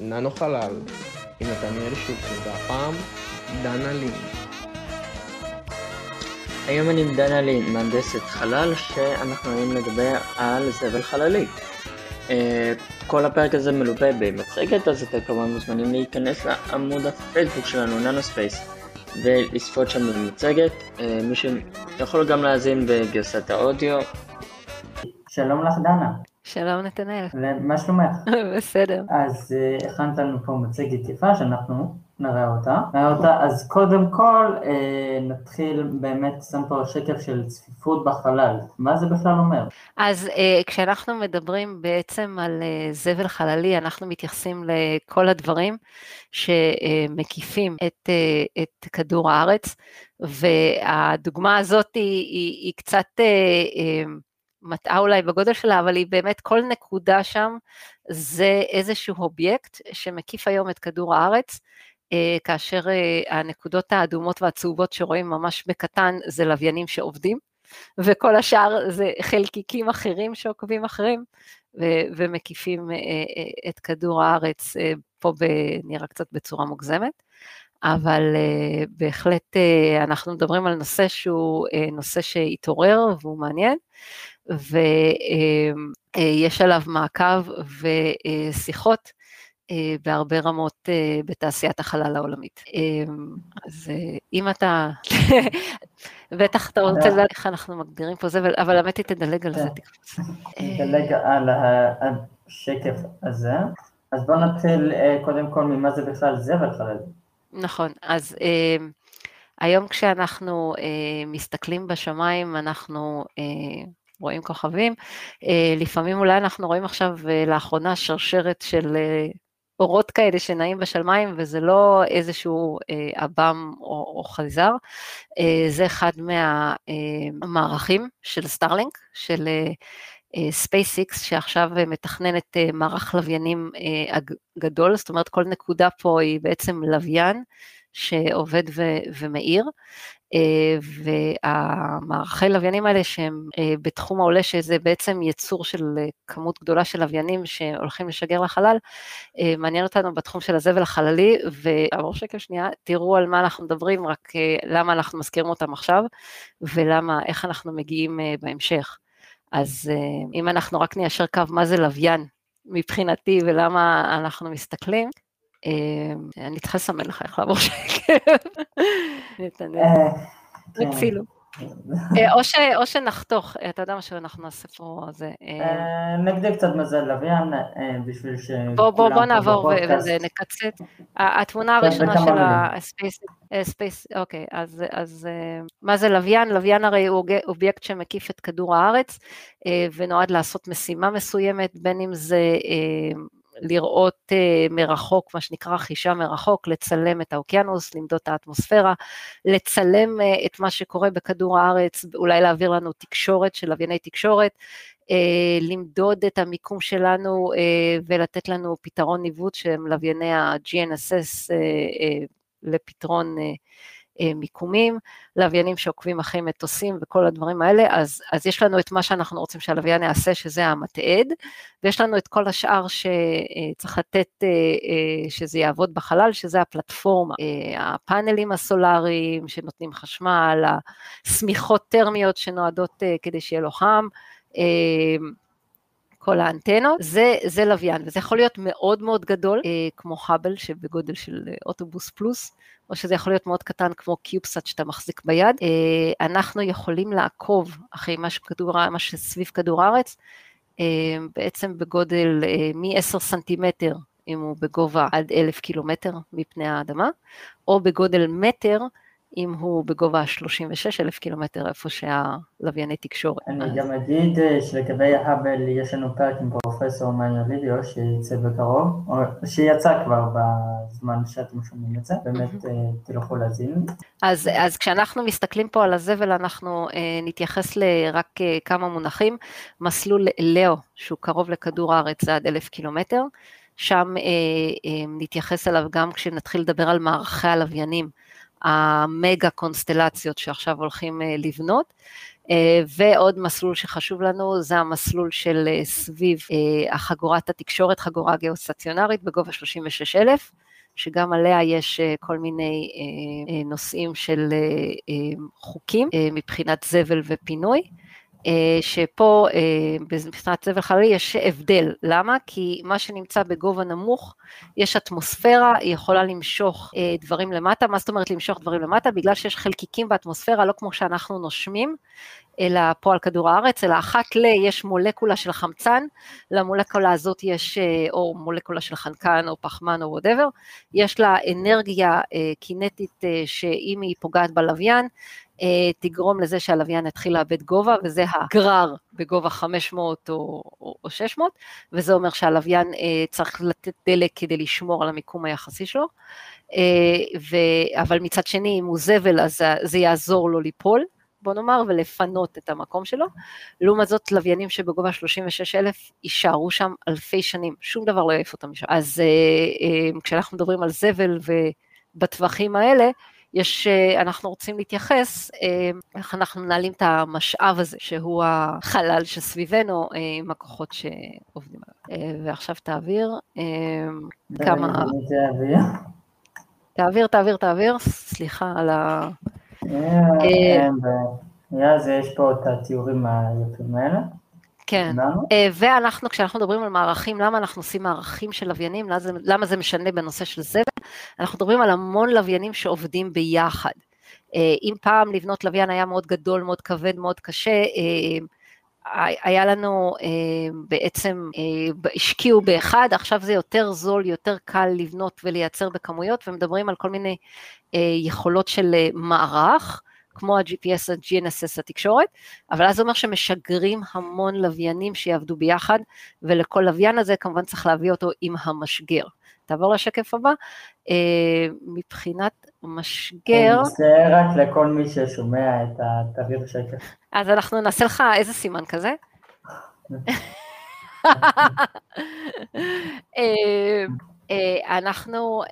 ננו חלל עם נתנאל שוקר, והפעם דנה לין. היום אני עם דנה לין, מהנדסת חלל, שאנחנו היום לדבר על זבל חללי. כל הפרק הזה מלווה במצגת, אז אתם כמובן מוזמנים להיכנס לעמוד הפייסבוק שלנו, ננוספייס, ולצפות שם במצגת. מי שיכול גם להאזין בגרסת האודיו. שלום לך דנה. שלום נתנאל. מה שלומך? בסדר. אז הכנת לנו פה מצגת יפה שאנחנו נראה אותה. אז קודם כל נתחיל באמת, שם פה שקף של צפיפות בחלל. מה זה בכלל אומר? אז כשאנחנו מדברים בעצם על זבל חללי, אנחנו מתייחסים לכל הדברים שמקיפים את כדור הארץ, והדוגמה הזאת היא קצת מטעה אולי בגודל שלה, אבל היא באמת כל נקודה שם זה איזשהו אובייקט שמקיף היום את כדור הארץ, כאשר הנקודות האדומות והצהובות שרואים ממש בקטן זה לוויינים שעובדים, וכל השאר זה חלקיקים אחרים שעוקבים אחרים, ומקיפים את כדור הארץ, פה נראה קצת בצורה מוגזמת, אבל בהחלט אנחנו מדברים על נושא שהוא נושא שהתעורר והוא מעניין, ויש עליו מעקב ושיחות בהרבה רמות בתעשיית החלל העולמית. אז אם אתה, בטח אתה רוצה לדעת איך אנחנו מגדירים פה זבל, אבל האמת היא תדלג על זה תקפוץ. תדלג על השקף הזה, אז בואו נתחיל קודם כל ממה זה בכלל זבל חללי. נכון, אז היום כשאנחנו מסתכלים בשמיים, אנחנו רואים כוכבים, לפעמים אולי אנחנו רואים עכשיו לאחרונה שרשרת של אורות כאלה שנעים בשמיים, וזה לא איזשהו אב"ם או חייזר, זה אחד מהמערכים של סטארלינק, של SpaceX, שעכשיו מתכננת מערך לוויינים גדול, זאת אומרת כל נקודה פה היא בעצם לוויין שעובד ומאיר, והמערכי לוויינים האלה שהם בתחום העולה, שזה בעצם יצור של כמות גדולה של לוויינים שהולכים לשגר לחלל, מעניין אותנו בתחום של הזבל החללי, ועבור שקל שנייה, תראו על מה אנחנו מדברים, רק למה אנחנו מזכירים אותם עכשיו, איך אנחנו מגיעים בהמשך. אז אם אנחנו רק ניישר קו מה זה לוויין מבחינתי ולמה אנחנו מסתכלים, אני צריכה לסמן לך איך לעבור שקף. תצילו. או שנחתוך, אתה יודע מה שאנחנו נעשה פה, זה... נגדיל קצת מה זה לוויין, בשביל ש... בוא נעבור ונקצת. התמונה הראשונה של הספייס, אוקיי, אז מה זה לוויין? לוויין הרי הוא אובייקט שמקיף את כדור הארץ, ונועד לעשות משימה מסוימת, בין אם זה... לראות מרחוק, מה שנקרא חישה מרחוק, לצלם את האוקיינוס, למדוד את האטמוספירה, לצלם את מה שקורה בכדור הארץ, אולי להעביר לנו תקשורת של לווייני תקשורת, למדוד את המיקום שלנו ולתת לנו פתרון ניווט שהם לווייני ה-GNSS לפתרון מיקומים, לוויינים שעוקבים אחרי מטוסים וכל הדברים האלה, אז יש לנו את מה שאנחנו רוצים שהלוויין יעשה, שזה המתעד, ויש לנו את כל השאר שצריך לתת שזה יעבוד בחלל, שזה הפלטפורמה, הפאנלים הסולאריים שנותנים חשמל, הסמיכות טרמיות שנועדות כדי שיהיה לו חם, כל האנטנות, זה לוויין, וזה יכול להיות מאוד מאוד גדול, כמו חבל שבגודל של אוטובוס פלוס, או שזה יכול להיות מאוד קטן כמו קיובסאט שאתה מחזיק ביד, אנחנו יכולים לעקוב אחרי מה שסביב כדור הארץ, בעצם בגודל מ-10 סנטימטר, אם הוא בגובה עד 1,000 קילומטר מפני האדמה, או בגודל מטר, אם הוא בגובה 36,000 קילומטר, איפה שהלווייני תקשורת. אני גם אגיד שלגבי ההאבל יש לנו פרק עם פרופסור מניה לידיו, שיצא בקרוב, או שיצא כבר בזמן שאתם שומעים את זה, באמת תלכו להזין. אז כשאנחנו מסתכלים פה על הזבל, אנחנו נתייחס לרק כמה מונחים, מסלול לאו, שהוא קרוב לכדור הארץ, זה עד 1,000 קילומטר, שם נתייחס אליו גם כשנתחיל לדבר על מערכי הלוויינים, המגה קונסטלציות שעכשיו הולכים לבנות, ועוד מסלול שחשוב לנו, זה המסלול של סביב החגורת התקשורת, חגורה גיאוסטציונרית בגובה 36,000, שגם עליה יש כל מיני נושאים של חוקים מבחינת זבל ופינוי, שפה מבחינת זבל חללי יש הבדל. למה? כי מה שנמצא בגובה נמוך, יש אטמוספירה, היא יכולה למשוך דברים למטה. מה זאת אומרת למשוך דברים למטה? בגלל שיש חלקיקים באטמוספירה, לא כמו שאנחנו נושמים, אלא פה על כדור הארץ, אלא אחת יש מולקולה של חמצן, למולקולה הזאת יש, או מולקולה של חנקן, או פחמן, או whatever, יש לה אנרגיה קינטית, שאם היא פוגעת בלוויין, תגרום לזה שהלוויין יתחיל לאבד גובה, וזה הגרר בגובה 500 או 600, וזה אומר שהלוויין צריך לתת דלק כדי לשמור על המיקום היחסי שלו, אבל מצד שני, אם הוא זבל, אז זה יעזור לו ליפול, בוא נאמר, ולפנות את המקום שלו. לעומת זאת, לוויינים שבגובה 36,000 יישארו שם אלפי שנים, שום דבר לא יעיף אותם משם. אז כשאנחנו מדברים על זבל ובטווחים האלה, אנחנו רוצים להתייחס, איך אנחנו מנהלים את המשאב הזה, שהוא החלל שסביבנו, עם הכוחות שעובדים עליו. ועכשיו תעביר, כמה... תעביר, סליחה על ה... אז יש פה את התיאורים היפים האלה. כן, ואנחנו, כשאנחנו מדברים על מערכים, למה אנחנו עושים מערכים של לוויינים, למה זה משנה בנושא של זבל, אנחנו מדברים על המון לוויינים שעובדים ביחד. אם פעם לבנות לוויין היה מאוד גדול, מאוד כבד, מאוד קשה, היה לנו בעצם, השקיעו באחד, עכשיו זה יותר זול, יותר קל לבנות ולייצר בכמויות, ומדברים על כל מיני יכולות של מערך, כמו ה-GPS, ה-GNSS, התקשורת, אבל אז זה אומר שמשגרים המון לוויינים שיעבדו ביחד, ולכל לוויין הזה כמובן צריך להביא אותו עם המשגר. תעבור לשקף הבא, מבחינת משגר... זה רק לכל מי ששומע את התעביר שקף. אז אנחנו נעשה לך איזה סימן כזה? אנחנו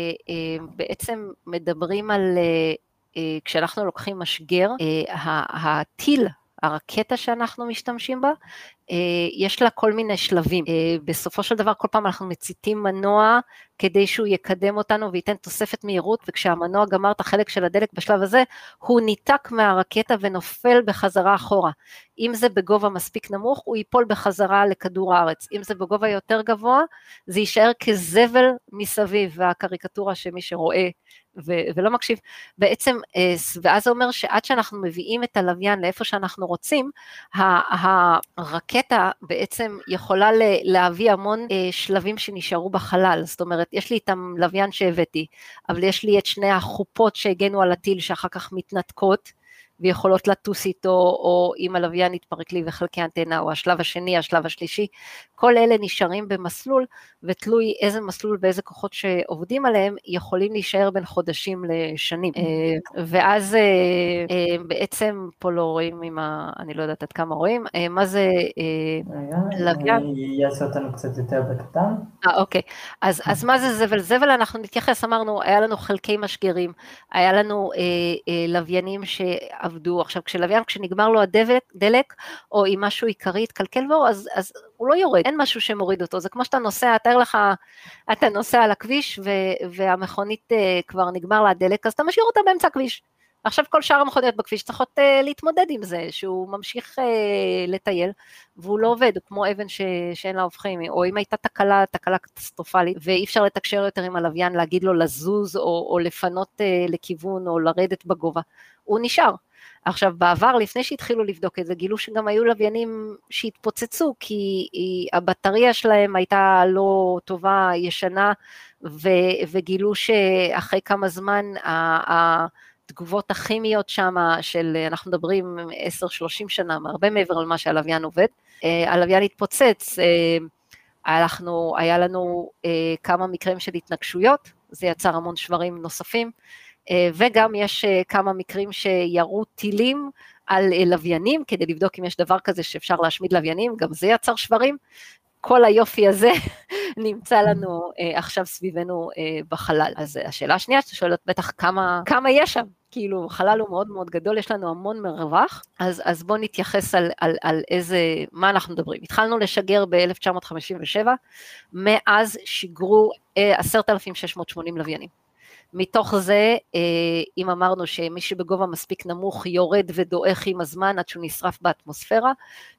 בעצם מדברים על... כשאנחנו לוקחים משגר, הטיל, הרקטה שאנחנו משתמשים בה, יש לה כל מיני שלבים. בסופו של דבר כל פעם אנחנו מציתים מנוע כדי שהוא יקדם אותנו וייתן תוספת מהירות, וכשהמנוע גמר את החלק של הדלק בשלב הזה, הוא ניתק מהרקטה ונופל בחזרה אחורה. אם זה בגובה מספיק נמוך, הוא ייפול בחזרה לכדור הארץ. אם זה בגובה יותר גבוה, זה יישאר כזבל מסביב, והקריקטורה שמי שרואה ולא מקשיב, בעצם, ואז זה אומר שעד שאנחנו מביאים את הלוויין לאיפה שאנחנו רוצים, הרקטה בעצם יכולה להביא המון שלבים שנשארו בחלל, זאת אומרת, יש לי את הלוויין שהבאתי, אבל יש לי את שני החופות שהגנו על הטיל שאחר כך מתנתקות, ויכולות לטוס איתו, או אם הלוויין יתפרק לי וחלקי אנטנה, או השלב השני, השלב השלישי, כל אלה נשארים במסלול, ותלוי איזה מסלול ואיזה כוחות שעובדים עליהם, יכולים להישאר בין חודשים לשנים. ואז בעצם פה לא רואים, אני לא יודעת עד כמה רואים, מה זה לוויין? אני אעשה אותנו קצת יותר בקטן. אוקיי, אז מה זה זבל? זבל אנחנו נתייחס, אמרנו, היה לנו חלקי משגרים, היה לנו לוויינים עבדו. עכשיו, כשנגמר לו הדלק, או אם משהו עיקרי התקלקל בו, אז הוא לא יורד, אין משהו שמוריד אותו, זה כמו שאתה נוסע, תאר לך, אתה נוסע על הכביש, והמכונית כבר נגמר לה הדלק, אז אתה משאיר אותה באמצע הכביש. עכשיו כל שאר המכוניות בכביש צריכות להתמודד עם זה, שהוא ממשיך לטייל, והוא לא עובד, הוא כמו אבן שאין לה הופכים, או אם הייתה תקלה קטסטרופלית, ואי אפשר לתקשר יותר עם הלוויין, להגיד לו לזוז, או לפנות לכיוון, או לרדת בגובה, הוא נשאר. עכשיו בעבר, לפני שהתחילו לבדוק את זה, גילו שגם היו לוויינים שהתפוצצו, כי הבטריה שלהם הייתה לא טובה, ישנה, וגילו שאחרי כמה זמן, התגובות הכימיות שם, אנחנו מדברים 10-30 שנה, הרבה מעבר למה שהלוויין עובד, הלוויין התפוצץ, היה לנו כמה מקרים של התנגשויות, זה יצר המון שברים נוספים, וגם יש כמה מקרים שירו טילים על לוויינים, כדי לבדוק אם יש דבר כזה שאפשר להשמיד לוויינים, גם זה יצר שברים, כל היופי הזה נמצא לנו עכשיו סביבנו בחלל. אז השאלה השנייה שאתה שואלת בטח כמה יש שם, כאילו חלל הוא מאוד מאוד גדול, יש לנו המון מרווח, אז בואו נתייחס על מה אנחנו מדברים. התחלנו לשגר ב-1957, מאז שיגרו 10,680 לוויינים. מתוך זה, אם אמרנו שמי שבגובה מספיק נמוך יורד ודועך עם הזמן עד שהוא נשרף באטמוספירה,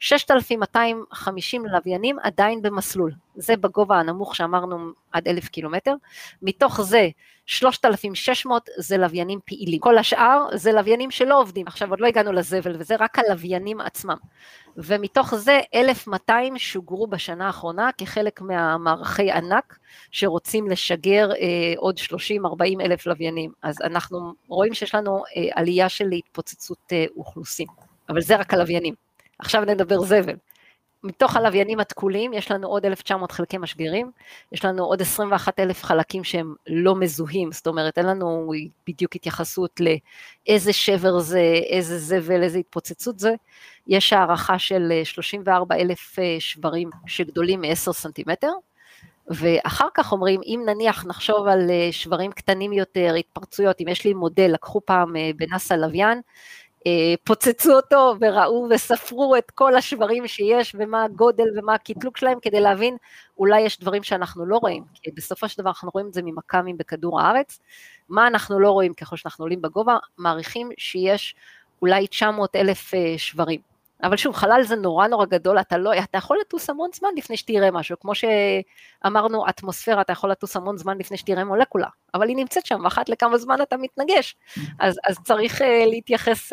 6,250 לוויינים עדיין במסלול, זה בגובה הנמוך שאמרנו עד 1,000 קילומטר, מתוך זה 3,600 זה לוויינים פעילים, כל השאר זה לוויינים שלא עובדים, עכשיו עוד לא הגענו לזבל וזה רק הלוויינים עצמם, ומתוך זה 1,200 שוגרו בשנה האחרונה כחלק מהמערכי ענק שרוצים לשגר עוד 30-40 אלף לוויינים, אז אנחנו רואים שיש לנו עלייה של התפוצצות אוכלוסין, אבל זה רק הלוויינים. עכשיו נדבר זבל. מתוך הלוויינים התקולים יש לנו עוד 1,900 חלקי משגרים, יש לנו עוד 21,000 חלקים שהם לא מזוהים, זאת אומרת אין לנו בדיוק התייחסות לאיזה שבר זה, איזה זבל, איזה התפוצצות זה, יש הערכה של 34,000 שברים שגדולים מ-10 סנטימטר, ואחר כך אומרים, אם נניח נחשוב על שברים קטנים יותר, התפרצויות, אם יש לי מודל, לקחו פעם בנאס"א לוויין, פוצצו אותו וראו וספרו את כל השברים שיש ומה הגודל ומה הקטלוג שלהם כדי להבין אולי יש דברים שאנחנו לא רואים, כי בסופו של דבר אנחנו רואים את זה ממקמים בכדור הארץ, מה אנחנו לא רואים ככל שאנחנו עולים בגובה, מעריכים שיש אולי 900,000 שברים, אבל שוב חלל זה נורא נורא גדול, אתה יכול לטוס המון זמן לפני שתראה משהו, כמו שאמרנו אטמוספירה אתה יכול לטוס המון זמן לפני שתראה מולקולה, אבל היא נמצאת שם ואחת לכמה זמן אתה מתנגש, אז צריך להתייחס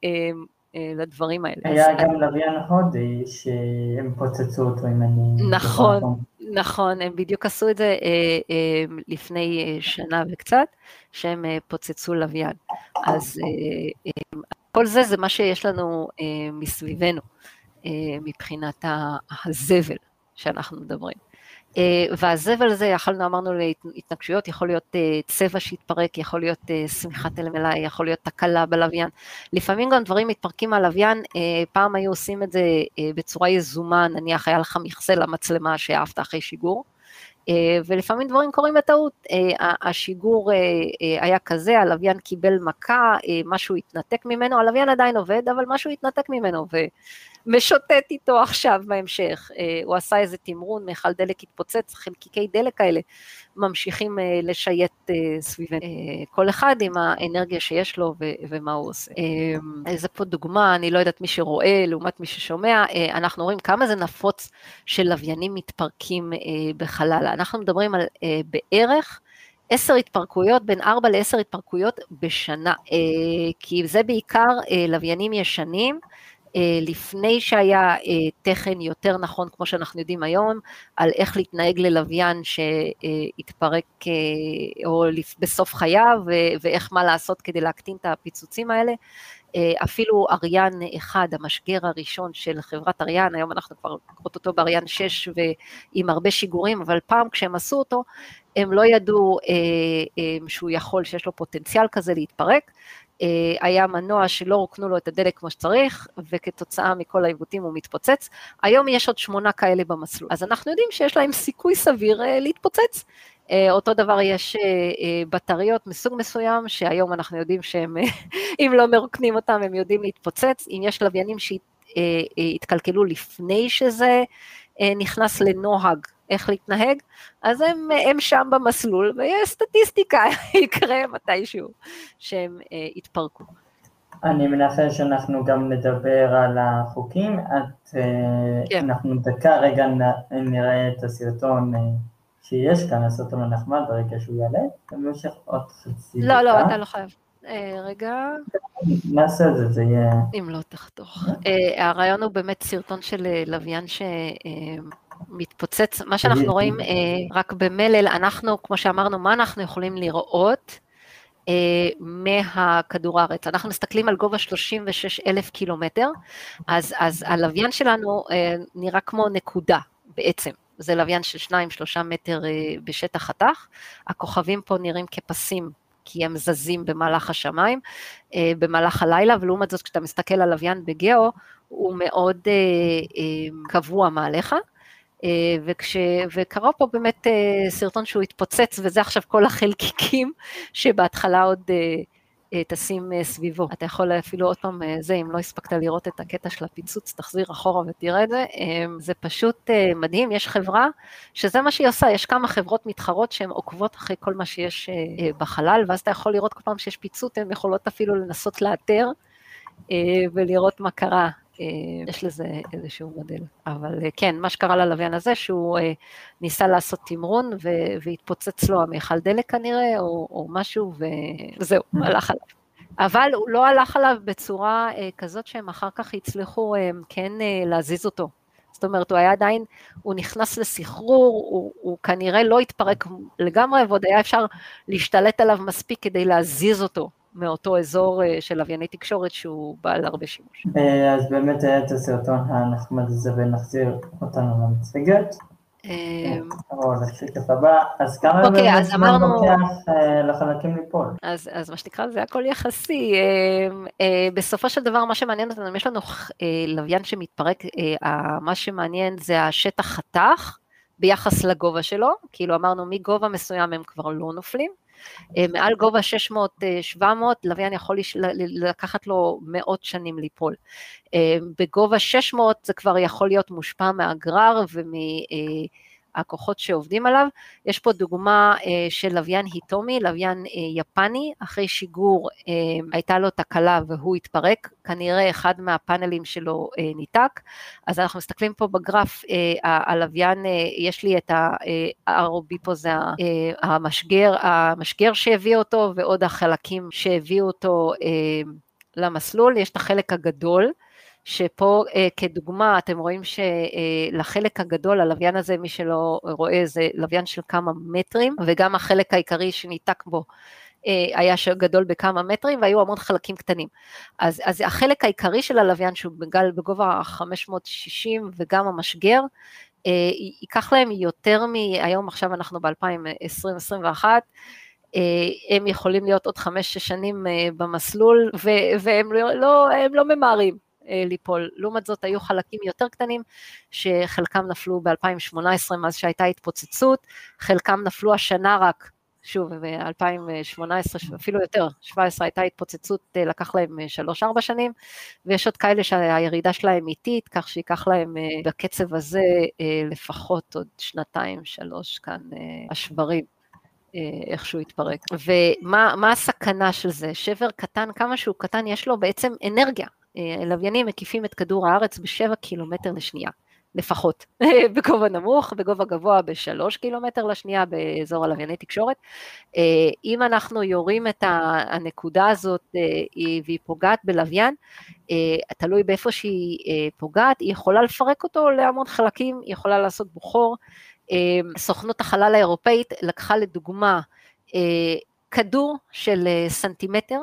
לדברים האלה. היה גם לוויין הודי שהם פוצצו אותו אם אני... נכון, הם בדיוק עשו את זה לפני שנה וקצת, שהם פוצצו לוויין, אז כל זה מה שיש לנו מסביבנו, מבחינת הזבל שאנחנו מדברים. והזבל הזה, אמרנו להתנגשויות, יכול להיות צבע שהתפרק, יכול להיות סמיכת אלמלאי, יכול להיות תקלה בלוויין. לפעמים גם דברים מתפרקים מהלוויין, פעם היו עושים את זה בצורה יזומה, נניח היה לך מכסה למצלמה שאהבת אחרי שיגור, ולפעמים דברים קורים בטעות, השיגור היה כזה, הלוויין קיבל מכה, משהו התנתק ממנו, הלוויין עדיין עובד, אבל משהו התנתק ממנו, ומשוטט איתו עכשיו בהמשך, הוא עשה איזה תמרון, מיכל דלק התפוצץ, חלקיקי דלק האלה, ממשיכים לשייט סביבנו, כל אחד עם האנרגיה שיש לו ומה הוא עושה. זה פה דוגמה, אני לא יודעת מי שרואה, לעומת מי ששומע, אנחנו רואים כמה זה נפוץ של לוויינים מתפרקים בחלל, אנחנו מדברים על בערך 10 התפרקויות, בין 4 ל-10 התפרקויות בשנה, כי זה בעיקר לוויינים ישנים, לפני שהיה תכן יותר נכון, כמו שאנחנו יודעים היום, על איך להתנהג ללוויין שהתפרק או בסוף חייו, ואיך מה לעשות כדי להקטין את הפיצוצים האלה, אפילו אריאן 1, המשגר הראשון של חברת אריאן, היום אנחנו כבר קוראות אותו באריאן 6 ועם הרבה שיגורים, אבל פעם כשהם עשו אותו, הם לא ידעו שהוא יכול, שיש לו פוטנציאל כזה להתפרק, היה מנוע שלא רוקנו לו את הדלק כמו שצריך, וכתוצאה מכל העיוותים הוא מתפוצץ, היום יש עוד 8 כאלה במסלול, אז אנחנו יודעים שיש להם סיכוי סביר להתפוצץ, אותו דבר יש בטריות מסוג מסוים, שהיום אנחנו יודעים שהם, אם לא מרוקנים אותם, הם יודעים להתפוצץ, אם יש לוויינים שהתקלקלו לפני שזה נכנס לנוהג, איך להתנהג, אז הם שם במסלול, ויש סטטיסטיקה, יקרה מתישהו שהם יתפרקו. אני מנסה שאנחנו גם נדבר על החוקים, אנחנו דקה רגע נראה את הסרטון שיש כאן, הסרטון הנחמד ברגע שהוא יעלה, במשך עוד חצי דקה. לא, אתה לא חייב. רגע. נעשה את זה, זה יהיה... אם לא תחתוך. הרעיון הוא באמת סרטון של לוויין מתפוצץ, מה שאנחנו רואים רק במלל, אנחנו, כמו שאמרנו, מה אנחנו יכולים לראות מהכדור הארץ, אנחנו מסתכלים על גובה 36,000 קילומטר, אז הלוויין שלנו נראה כמו נקודה בעצם, זה לוויין של 2-3 מטר בשטח חתך, הכוכבים פה נראים כפסים, כי הם זזים במהלך השמיים, במהלך הלילה, ולעומת זאת כשאתה מסתכל על לוויין בגאו, הוא מאוד קבוע מעליך, וקרה פה באמת סרטון שהוא התפוצץ, וזה עכשיו כל החלקיקים שבהתחלה עוד תשים סביבו. אתה יכול אפילו עוד פעם אם לא הספקת לראות את הקטע של הפיצוץ, תחזיר אחורה ותראה את זה. זה פשוט מדהים, יש חברה שזה מה שהיא עושה, יש כמה חברות מתחרות שהן עוקבות אחרי כל מה שיש בחלל, ואז אתה יכול לראות כל פעם שיש פיצוץ, הן יכולות אפילו לנסות לאתר ולראות מה קרה. יש לזה איזשהו מודל, אבל כן, מה שקרה ללוויין הזה, שהוא ניסה לעשות תמרון, והתפוצץ לו המכל דלק כנראה, או משהו, וזהו, הלך עליו. אבל הוא לא הלך עליו בצורה כזאת, שהם אחר כך הצליחו כן להזיז אותו. זאת אומרת, הוא היה עדיין, הוא נכנס לסחרור, הוא כנראה לא התפרק לגמרי, ועוד היה אפשר להשתלט עליו מספיק, כדי להזיז אותו. מאותו אזור של לווייני תקשורת שהוא בעל הרבה שימוש. אז באמת היה את הסרטון הנחמד הזה ונחזיר אותנו למצגת. או לשקף הבא, אז כמה באמת זמן לוקח לחלקים ליפול? אז מה שנקרא זה הכל יחסי, בסופו של דבר מה שמעניין אותנו, יש לנו לוויין שמתפרק, מה שמעניין זה השטח חתך ביחס לגובה שלו, כאילו אמרנו מגובה מסוים הם כבר לא נופלים, מעל גובה 600-700, לוויין יכול לקחת לו מאות שנים ליפול. בגובה 600 זה כבר יכול להיות מושפע מהגרר הכוחות שעובדים עליו. יש פה דוגמה של לוויין היטומי, לוויין יפני, אחרי שיגור הייתה לו תקלה והוא התפרק, כנראה אחד מהפאנלים שלו ניתק, אז אנחנו מסתכלים פה בגרף, הלוויין, יש לי את ה-ROB פה, זה המשגר שהביא אותו, ועוד החלקים שהביאו אותו למסלול, יש את החלק הגדול, שפה כדוגמה אתם רואים שלחלק הגדול, הלוויין הזה מי שלא רואה זה לוויין של כמה מטרים, וגם החלק העיקרי שניתק בו היה גדול בכמה מטרים, והיו המון חלקים קטנים. אז החלק העיקרי של הלוויין שהוא בגובה 560 וגם המשגר, ייקח להם יותר מהיום, עכשיו אנחנו ב-2020-2021, הם יכולים להיות עוד 5-6 שנים במסלול, והם לא ממהרים ליפול. לעומת זאת היו חלקים יותר קטנים, שחלקם נפלו ב-2018, מאז שהייתה התפוצצות, חלקם נפלו השנה רק, שוב, ב-2018, אפילו יותר, 17 הייתה התפוצצות, לקח להם 3-4 שנים, ויש עוד כאלה שהירידה שלהם איטית, כך שיקח להם בקצב הזה לפחות עוד 2-3 כאן השברים. איכשהו יתפרק. ומה הסכנה של זה? שבר קטן, כמה שהוא קטן, יש לו בעצם אנרגיה. לוויינים מקיפים את כדור הארץ ב7 קילומטר לשנייה, לפחות. בגובה נמוך, בגובה גבוה ב3 קילומטר לשנייה, באזור הלווייני תקשורת. אם אנחנו יורים את הנקודה הזאת, והיא פוגעת בלוויין, תלוי באיפה שהיא פוגעת, היא יכולה לפרק אותו להמון חלקים, היא יכולה לעשות בו חור, סוכנות החלל האירופאית לקחה לדוגמה כדור של סנטימטר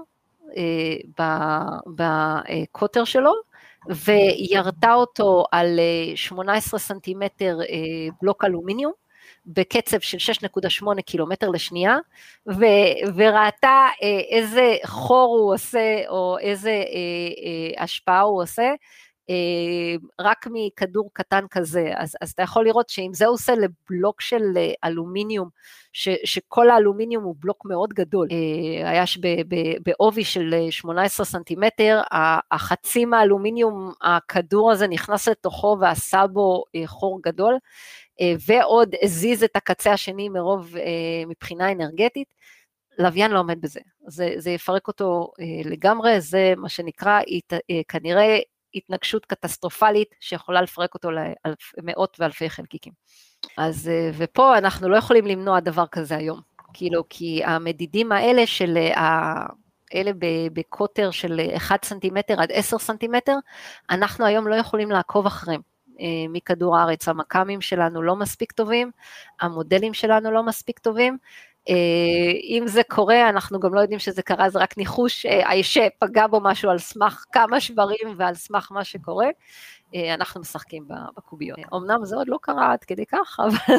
בקוטר שלו, וירתה אותו על 18 סנטימטר בלוק אלומיניום, בקצב של 6.8 קילומטר לשנייה, וראתה איזה חור הוא עושה, או איזה השפעה הוא עושה, רק מכדור קטן כזה, אז אתה יכול לראות שאם זה עושה לבלוק של אלומיניום, שכל האלומיניום הוא בלוק מאוד גדול, היה בעובי של 18 סנטימטר, החצי מהאלומיניום, הכדור הזה נכנס לתוכו ועשה בו חור גדול, ועוד הזיז את הקצה השני מרוב מבחינה אנרגטית, לוויין לא עומד בזה, זה יפרק אותו לגמרי, זה מה שנקרא כנראה התנגשות קטסטרופלית שיכולה לפרק אותו למאות ואלפי חלקיקים. אז ופה אנחנו לא יכולים למנוע דבר כזה היום, כאילו כי המדידים האלה של אלה בקוטר של 1 סנטימטר עד 10 סנטימטר, אנחנו היום לא יכולים לעקוב אחריהם מכדור הארץ, המקמים שלנו לא מספיק טובים, המודלים שלנו לא מספיק טובים, אם זה קורה, אנחנו גם לא יודעים שזה קרה, זה רק ניחוש, שפגע בו משהו על סמך כמה שברים ועל סמך מה שקורה, אנחנו משחקים בקוביות. אמנם זה עוד לא קרה עד כדי כך, אבל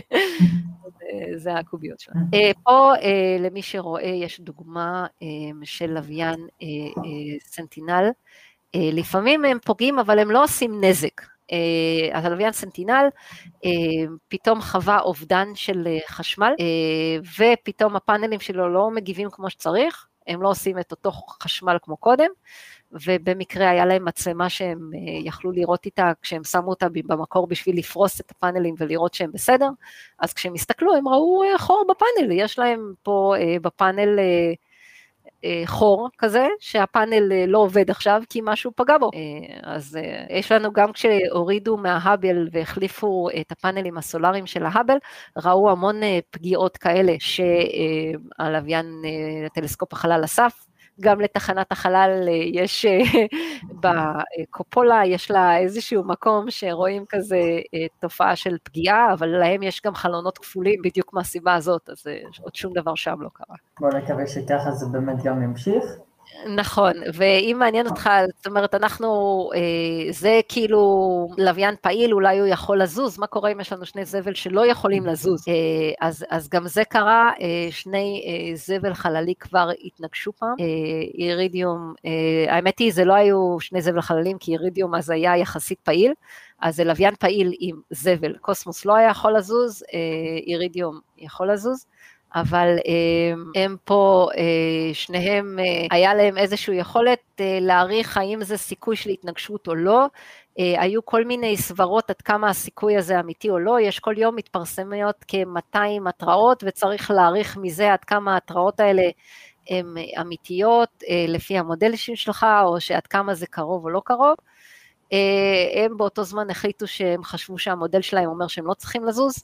זה הקוביות שלנו. פה למי שרואה יש דוגמה של לוויין סנטינל, לפעמים הם פוגעים אבל הם לא עושים נזק, אז הלוויין סנטינל פתאום חווה אובדן של חשמל, ופתאום הפאנלים שלו לא מגיבים כמו שצריך, הם לא עושים את אותו חשמל כמו קודם, ובמקרה היה להם מצלמה שהם יכלו לראות איתה, כשהם שמו אותה במקור בשביל לפרוס את הפאנלים ולראות שהם בסדר, אז כשהם הסתכלו הם ראו חור בפאנל, יש להם פה בפאנל חור כזה, שהפאנל לא עובד עכשיו כי משהו פגע בו. אז יש לנו גם כשהורידו מההאבל והחליפו את הפאנלים הסולריים של ההאבל, ראו המון פגיעות כאלה שהלוויין טלסקופ החלל אסף, גם לתחנת החלל יש בקופולה, יש לה איזשהו מקום שרואים כזה תופעה של פגיעה, אבל להם יש גם חלונות כפולים בדיוק מהסיבה הזאת, אז עוד שום דבר שם לא קרה. בוא נקווה שככה זה באמת גם ימשיך. נכון, ואם מעניין אותך, זאת אומרת, זה כאילו לוויין פעיל, אולי הוא יכול לזוז, מה קורה אם יש לנו שני זבל שלא יכולים לזוז? אז גם זה קרה, שני זבל חללי כבר התנגשו פעם, אירידיום, האמת היא, זה לא היו שני זבל חללים, כי אירידיום אז היה יחסית פעיל, אז זה לוויין פעיל עם זבל, קוסמוס לא היה יכול לזוז, אירידיום יכול לזוז, אבל הם פה, שניהם, היה להם איזושהי יכולת להעריך האם זה סיכוי של התנגשות או לא, היו כל מיני סברות עד כמה הסיכוי הזה אמיתי או לא, יש כל יום מתפרסמות כ-200 התראות, וצריך להעריך מזה עד כמה התראות האלה הן אמיתיות, לפי המודל שלך, או שעד כמה זה קרוב או לא קרוב, הם באותו זמן החליטו שהם חשבו שהמודל שלהם אומר שהם לא צריכים לזוז,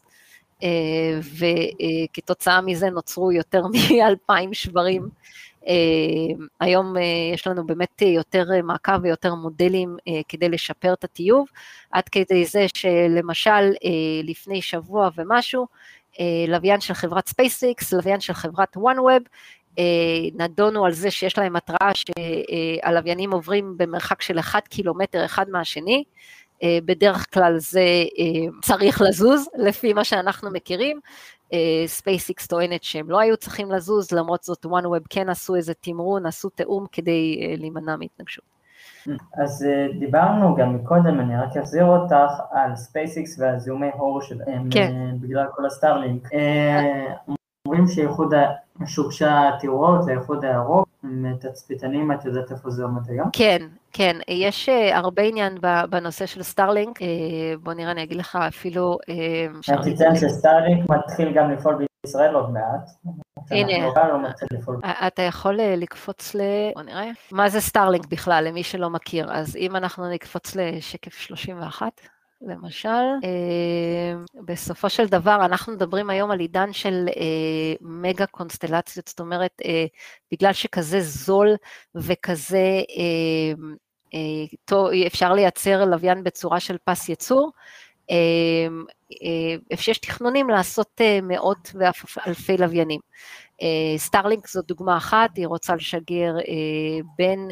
וכתוצאה מזה נוצרו יותר מ-2,000 שברים. היום יש לנו באמת יותר מעקב ויותר מודלים כדי לשפר את הטיוב, עד כדי זה שלמשל לפני שבוע ומשהו, לוויין של חברת SpaceX, לוויין של חברת OneWeb, נדונו על זה שיש להם התראה שהלוויינים עוברים במרחק של 1 קילומטר אחד מהשני, בדרך כלל זה צריך לזוז, לפי מה שאנחנו מכירים, SpaceX טוענת שהם לא היו צריכים לזוז, למרות זאת OneWeb כן עשו איזה תמרון, עשו תאום כדי להימנע מהתנגשות. אז דיברנו גם מקודם, אני רק אחזיר אותך על SpaceX והזיהומי הור שלהם, בגלל כל הסטארלינק. אומרים שהוגשה עתירות לאיחוד האירופי, תצפיתנים, את יודעת איפה זה עומד היום? כן, כן, יש הרבה עניין בנושא של סטארלינק, בוא נראה, אני אגיד לך אפילו... אני תיתן שסטארלינק מתחיל גם לפעול בישראל עוד מעט. הנה, אתה יכול לקפוץ בוא נראה, מה זה סטארלינק בכלל, למי שלא מכיר, אז אם אנחנו נקפוץ לשקף 31, למשל, בסופו של דבר אנחנו מדברים היום על עידן של מגה קונסטלציות, זאת אומרת, בגלל שכזה זול וכזה אפשר לייצר לוויין בצורה של פס יצור, יש תכנונים לעשות מאות ואף אלפי לוויינים. סטארלינק זו דוגמה אחת, היא רוצה לשגר בין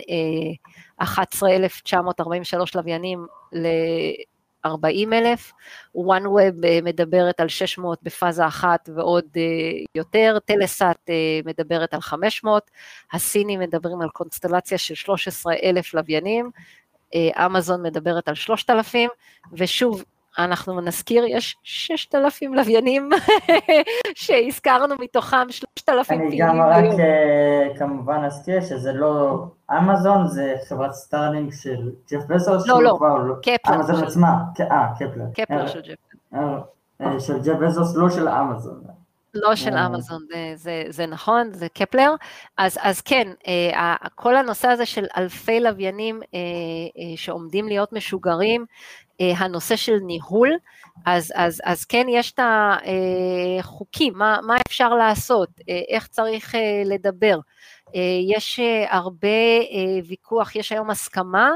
11,943 לוויינים ל-40,000, OneWeb מדברת על 600 בפאזה אחת ועוד יותר, טלסאט מדברת על 500, הסינים מדברים על קונסטלציה של 13,000 לוויינים, אמזון מדברת על 3,000, ושוב, אנחנו נזכיר, יש 6,000 לוויינים שהזכרנו מתוכם 3,000 אני גם רק כמובן אזכיר שזה לא אמזון, זה חברת סטארלינק של ג'ף בזוס. לא, קפלר. אמזון עצמה, קפלר. קפלר של ג'ף. של ג'ף בזוס, לא של אמזון. לא של אמזון, זה נכון, זה קפלר. אז כן, כל הנושא הזה של אלפי לוויינים שעומדים להיות משוגרים, הנושא של ניהול, אז כן יש את החוקים, מה אפשר לעשות, איך צריך לדבר, יש הרבה ויכוח, יש היום הסכמה,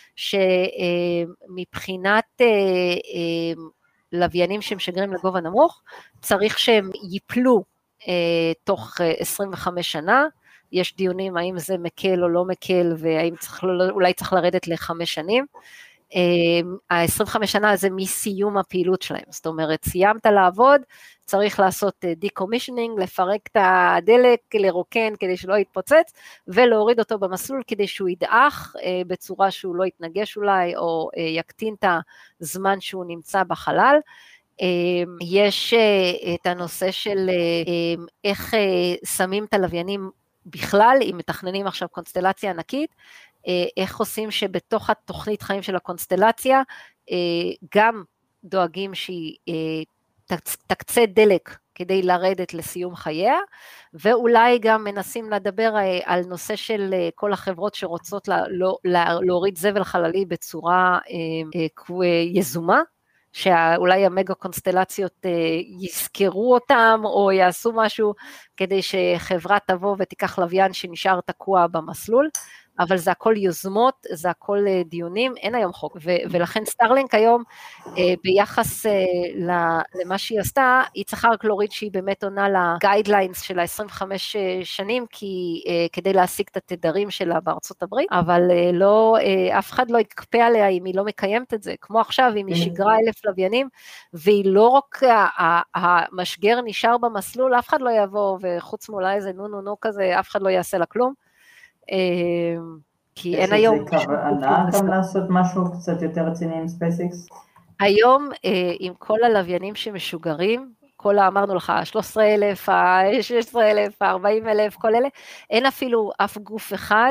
שמבחינת לוויינים שמשגרים לגובה נמוך, צריך שהם ייפלו תוך 25 שנה, יש דיונים האם זה מקל או לא מקל, והאם אולי צריך לרדת ל5 שנים, ה-25 שנה זה מסיום הפעילות שלהם, זאת אומרת, סיימת לעבוד, צריך לעשות decommissioning, לפרק את הדלק, לרוקן כדי שלא יתפוצץ, ולהוריד אותו במסלול כדי שהוא ידעך בצורה שהוא לא יתנגש אולי, או יקטין את הזמן שהוא נמצא בחלל. יש את הנושא של איך שמים את הלוויינים בכלל, אם מתכננים עכשיו קונסטלציה ענקית, איך עושים שבתוך התוכנית חיים של הקונסטלציה, גם דואגים שהיא תקצה דלק כדי לרדת לסיום חייה, ואולי גם מנסים לדבר על נושא של כל החברות שרוצות להוריד זבל חללי בצורה יזומה, שאולי המגה קונסטלציות יזכרו אותם, או יעשו משהו, כדי שחברה תבוא ותיקח לוויין שנשאר תקוע במסלול, אבל זה הכל יוזמות, זה הכל דיונים, אין היום חוק, ולכן סטארלינק היום, ביחס למה שהיא עשתה, היא צריכה רק להוריד שהיא באמת עונה לגיידליינס של ה-25 שנים, כדי להשיג את התדרים שלה בארצות הברית, אבל אף אחד לא יקפה עליה אם היא לא מקיימת את זה, כמו עכשיו, אם היא שיגרה 1,000 לוויינים, והיא לא רק המשגר נשאר במסלול, אף אחד לא יבוא, וחוץ מאולי איזה נו כזה, אף אחד לא יעשה לה כלום, כי אין היום... יש איזה כוונה גם לעשות משהו קצת יותר רציני עם SpaceX? היום, עם כל הלוויינים שמשוגרים, אמרנו לך, 13,000, 16,000, 40,000, כל אלה, אין אפילו אף גוף אחד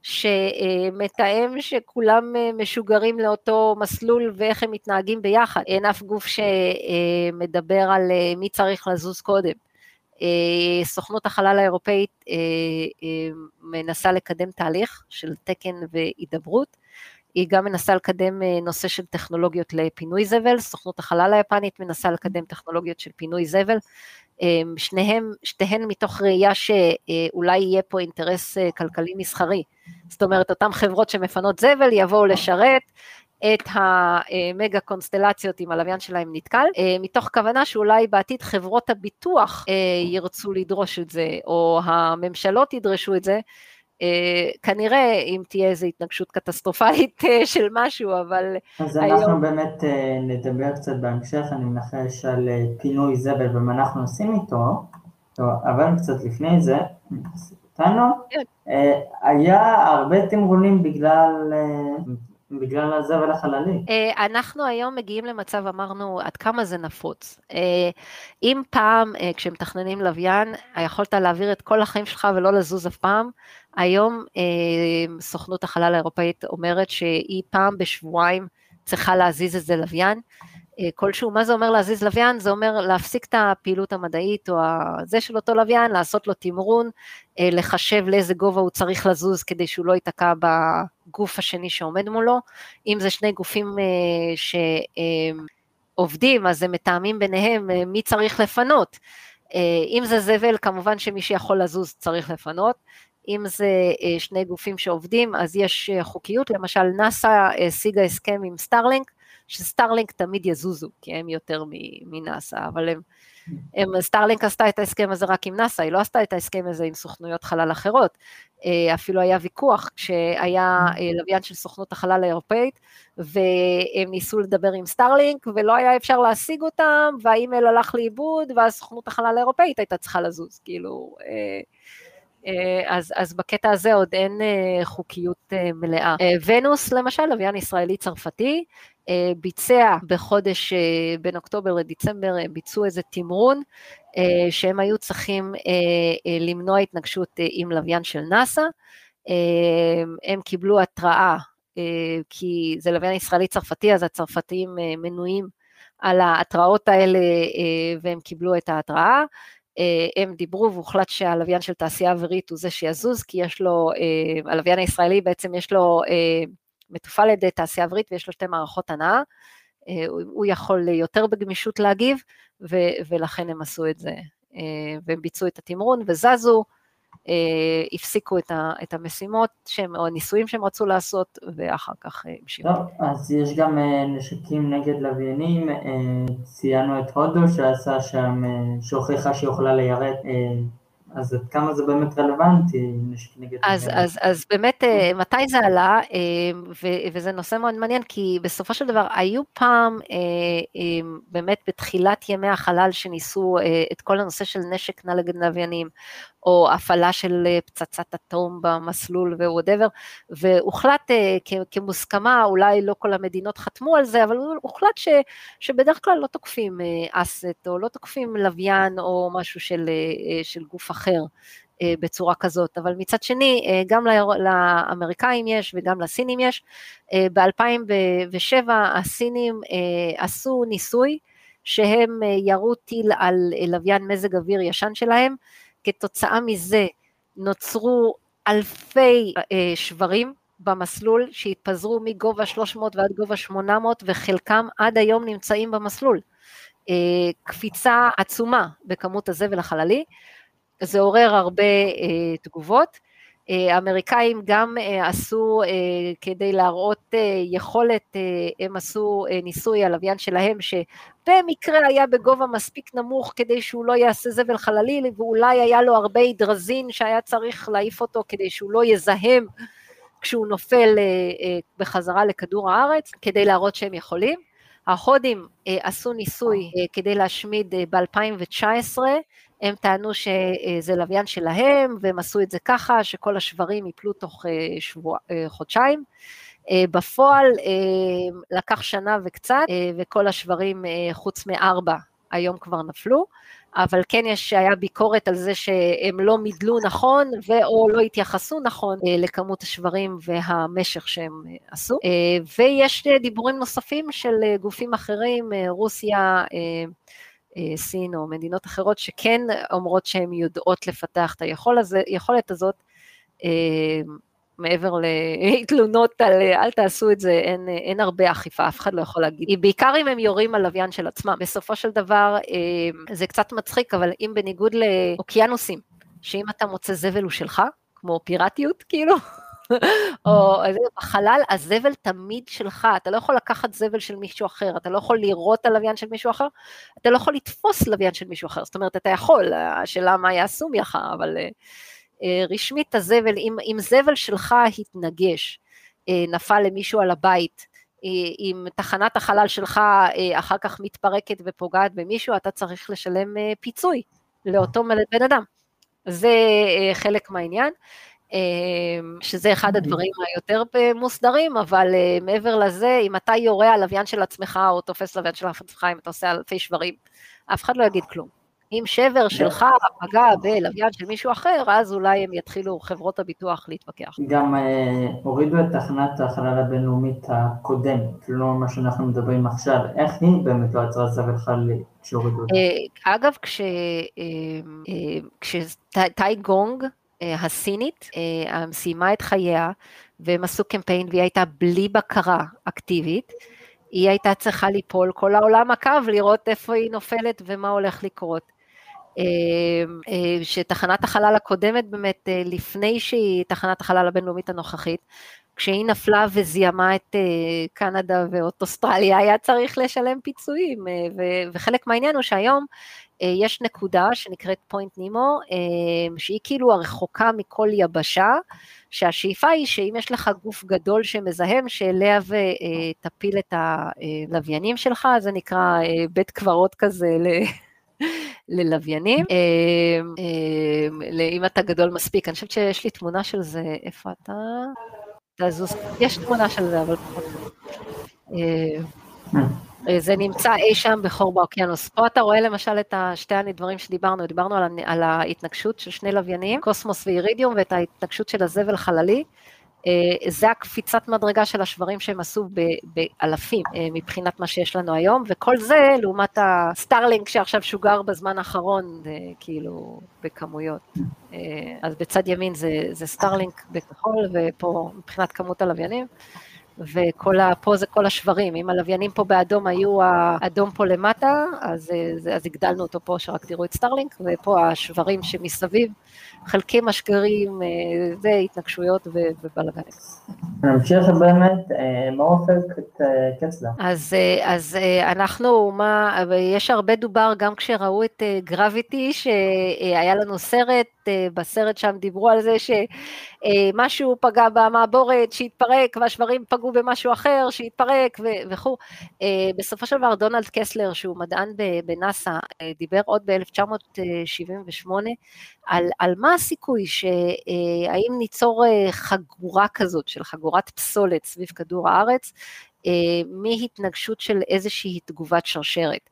שמתאם שכולם משוגרים לאותו מסלול ואיך הם מתנהגים ביחד. אין אף גוף שמדבר על מי צריך לזוז קודם. סוכנות החלל האירופאית מנסה לקדם תהליך של תקן והידברות, היא גם מנסה לקדם נושא של טכנולוגיות לפינוי זבל, סוכנות החלל היפנית מנסה לקדם טכנולוגיות של פינוי זבל, שתיהן מתוך ראייה שאולי יהיה פה אינטרס כלכלי מסחרי, זאת אומרת אותן חברות שמפנות זבל יבואו לשרת את המגה קונסטלציות עם הלוויין שלהם נתקל, מתוך כוונה שאולי בעתיד חברות הביטוח ירצו לדרוש את זה, או הממשלות ידרשו את זה, כנראה אם תהיה איזו התנגשות קטסטרופלית של משהו, אבל אז אנחנו באמת נדבר קצת בהמשך, אני מנחש על פינוי זבל ומה אנחנו עושים איתו, אבל קצת לפני זה, היה הרבה תמרונים בגלל הזבל החללי. אנחנו היום מגיעים למצב, אמרנו, עד כמה זה נפוץ. אם פעם, כשמתכננים לוויין, יכולת להעביר את כל החיים שלך ולא לזוז אף פעם, היום סוכנות החלל האירופאית אומרת שהיא פעם בשבועיים צריכה להזיז איזה לוויין, כלשהו, מה זה אומר להזיז לוויין? זה אומר להפסיק את הפעילות המדעית, או זה של אותו לוויין, לעשות לו תמרון, לחשב לאיזה גובה הוא צריך לזוז, כדי שהוא לא ייתקע בגוף השני שעומד מולו, אם זה שני גופים שעובדים, אז הם מתאמים ביניהם מי צריך לפנות, אם זה זבל, כמובן שמי שיכול לזוז צריך לפנות, אם זה שני גופים שעובדים, אז יש חוקיות, למשל נאסא השיגה הסכם עם סטארלינק, שסטארלינק תמיד יזוזו, כי הם יותר מנאסא, אבל סטארלינק עשתה את ההסכם הזה רק עם נאסא, היא לא עשתה את ההסכם הזה עם סוכנויות חלל אחרות, אפילו היה ויכוח, כשהיה לוויין של סוכנות החלל האירופאית, והם ניסו לדבר עם סטארלינק, ולא היה אפשר להשיג אותם, והאימייל הלך לאיבוד, והסוכנות החלל האירופאית הייתה צריכה לזוז, כאילו... אז בקטע הזה עוד אין חוקיות מלאה. ונוס למשל, לוויין ישראלי צרפתי, ביצע בחודש בין אוקטובר לדצמבר, ביצעו איזה תמרון, שהם היו צריכים למנוע התנגשות עם לוויין של נאסא, הם קיבלו התראה, כי זה לוויין ישראלי צרפתי, אז הצרפתים מנויים על ההתראות האלה, והם קיבלו את ההתראה, הם דיברו והוחלט שהלוויין של תעשייה אווירית הוא זה שיזוז, כי יש לו, הלוויין הישראלי בעצם יש לו, מטופל על ידי תעשייה אווירית ויש לו שתי מערכות הנעה, הוא יכול יותר בגמישות להגיב, ולכן הם עשו את זה, והם ביצעו את התמרון וזזו, הפסיקו את המשימות או הניסויים שהם רצו לעשות, ואחר כך המשיכו. טוב, אז יש גם נשקים נגד לוויינים, ציינו את הודו שעשה שם, שהוכיחה שיכולה ליירט אז עד כמה זה באמת רלוונטי, נשק נגד... אז באמת, מתי זה עלה, וזה נושא מאוד מעניין, כי בסופו של דבר, היו פעם, באמת בתחילת ימי החלל, שניסו את כל הנושא של נשק נגד לוויינים, או הפעלה של פצצת אטום במסלול ווואטאבר, והוחלט כמוסכמה, אולי לא כל המדינות חתמו על זה, אבל הוחלט שבדרך כלל לא תוקפים אסט, או לא תוקפים לוויין, או משהו של גוף אחר, בצורה כזאת, אבל מצד שני, גם לאמריקאים יש, וגם לסינים יש, ב-2007 הסינים עשו ניסוי, שהם ירו טיל על לוויין מזג אוויר ישן שלהם, כתוצאה מזה נוצרו אלפי שברים במסלול, שהתפזרו מגובה 300 ועד גובה 800, וחלקם עד היום נמצאים במסלול. קפיצה עצומה בכמות הזבל החללי, זה עורר הרבה תגובות, האמריקאים גם עשו, כדי להראות יכולת, הם עשו ניסוי על לוויין שלהם, שבמקרה היה בגובה מספיק נמוך, כדי שהוא לא יעשה זבל חללי, ואולי היה לו הרבה הידרזין, שהיה צריך להעיף אותו, כדי שהוא לא יזהם, כשהוא נופל בחזרה לכדור הארץ, כדי להראות שהם יכולים. ההודים עשו ניסוי כדי להשמיד ב-2019, הם טענו שזה לוויין שלהם, והם עשו את זה ככה, שכל השברים יפלו תוך חודשיים. בפועל לקח שנה וקצת, וכל השברים חוץ מ4 היום כבר נפלו, אבל כן היה ביקורת על זה שהם לא מידלו נכון, או לא התייחסו נכון לכמות השברים והמשך שהם עשו. ויש דיבורים נוספים של גופים אחרים, רוסיה, סין או מדינות אחרות, שכן אומרות שהן יודעות לפתח את היכולת הזאת, מעבר לתלונות על אל תעשו את זה, אין הרבה אכיפה, אף אחד לא יכול להגיד. בעיקר אם הם יורים על לוויין של עצמם. בסופו של דבר, זה קצת מצחיק, אבל אם בניגוד לאוקיינוסים, שאם אתה מוצא זבל הוא שלך, כמו פיראטיות, כאילו, או בחלל, הזבל תמיד שלך, אתה לא יכול לקחת זבל של מישהו אחר, אתה לא יכול לירות על לוויין של מישהו אחר, אתה לא יכול לתפוס לוויין של מישהו אחר, זאת אומרת, אתה יכול, השאלה מה יעשו ממך, אבל רשמית הזבל, אם זבל שלך התנגש, נפל למישהו על הבית, אם תחנת החלל שלך אחר כך מתפרקת ופוגעת במישהו, אתה צריך לשלם פיצוי לאותו בן אדם, זה חלק מהעניין, שזה אחד הדברים היותר מוסדרים, אבל מעבר לזה, אם אתה יורה על לוויין של עצמך, או תופס לוויין של עצמך, אם אתה עושה אלפי שברים, אף אחד לא יגיד כלום. אם שבר שלך פגע בלוויין של מישהו אחר, אז אולי הם יתחילו חברות הביטוח להתווכח. גם הורידו את תחנת החלל הבינלאומית הקודמת, לא מה שאנחנו מדברים עכשיו, איך היא באמת לא עצרה זבל חללי כשהורידו אותה? אגב, כשטאי גונג, הסינית, סיימה את חייה, והם עשו קמפיין, והיא הייתה בלי בקרה אקטיבית, היא הייתה צריכה ליפול, כל העולם עקב לראות איפה היא נופלת ומה הולך לקרות. שתחנת החלל הקודמת באמת, לפני שהיא תחנת החלל הבינלאומית הנוכחית, כשהיא נפלה וזיימה את קנדה ואוסטרליה, היה צריך לשלם פיצויים, וחלק מהעניין הוא שהיום יש נקודה שנקראת פוינט נימו, שהיא כאילו הרחוקה מכל יבשה, שהשאיפה היא שאם יש לך גוף גדול שמזהם, שאליה ותפיל את הלוויינים שלך, זה נקרא בית קברות כזה ללוויינים, אם אתה גדול מספיק, אני חושבת שיש לי תמונה של זה, איפה אתה? יש תמונה של זה, אבל פחות. זה נמצא אי שם בחור באוקיינוס. פה אתה רואה למשל את שתי הדברים שדיברנו על ההתנגשות של שני לוויינים, קוסמוס ואירידיום, ואת ההתנגשות של הזבל חללי, זה הקפיצת מדרגה של השברים שהם עשו באלפים, מבחינת מה שיש לנו היום, וכל זה לעומת הסטארלינק שעכשיו שוגר בזמן האחרון, כאילו בכמויות. אז בצד ימין זה סטארלינק בכחול, ופה מבחינת כמות הלוויינים, ופה זה כל השברים, אם הלוויינים פה באדום היו האדום פה למטה, אז הגדלנו אותו פה שרק תראו את סטארלינק, ופה השברים שמסביב, חלקים משגרים, זה התנגשויות ובלגנים. נמשיך באמת, מה הופך את טסלה? אז אנחנו, יש הרבה דובר גם כשראו את גרביטי, שהיה לנו סרט בסרט שם דיברו על זה שמשהו פגע במעבורת שהתפרק, והשברים פגעו במשהו אחר שהתפרק וכו'. בסופו של דבר דונלד קסלר, שהוא מדען בנאסא, דיבר עוד ב-1978 על מה הסיכוי שהאם ניצור חגורה כזאת, של חגורת פסולת סביב כדור הארץ, מהתנגשות של איזושהי תגובת שרשרת.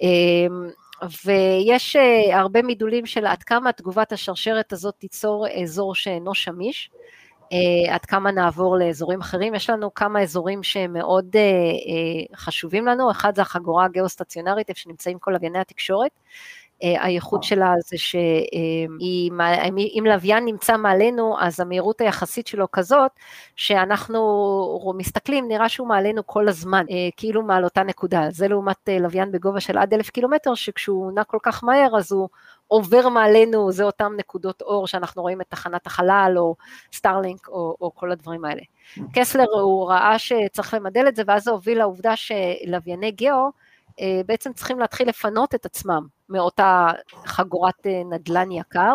ויש הרבה מידולים של עד כמה תגובת השרשרת הזאת תיצור אזור שאינו שמיש, עד כמה נעבור לאזורים אחרים. יש לנו כמה אזורים שהם מאוד חשובים לנו, אחד זה החגורה הגיאוסטציונרית, איפה שנמצאים כל לווייני התקשורת, הייחוד שלה זה שאם לוויין נמצא מעלינו, אז המהירות היחסית שלו כזאת, שאנחנו מסתכלים, נראה שהוא מעלינו כל הזמן, כאילו מעל אותה נקודה, זה לעומת לוויין בגובה של עד 1,000 קילומטר, שכשהוא נע כל כך מהר, אז הוא עובר מעלינו, זה אותם נקודות אור, שאנחנו רואים את תחנת החלל, או סטארלינק, או כל הדברים האלה. קסלר הוא ראה שצריך למדל את זה, ואז זה הוביל לעובדה שלווייני גיאו, בעצם צריכים להתחיל לפנות את עצמם מאותה חגורת נדל"ן יקר,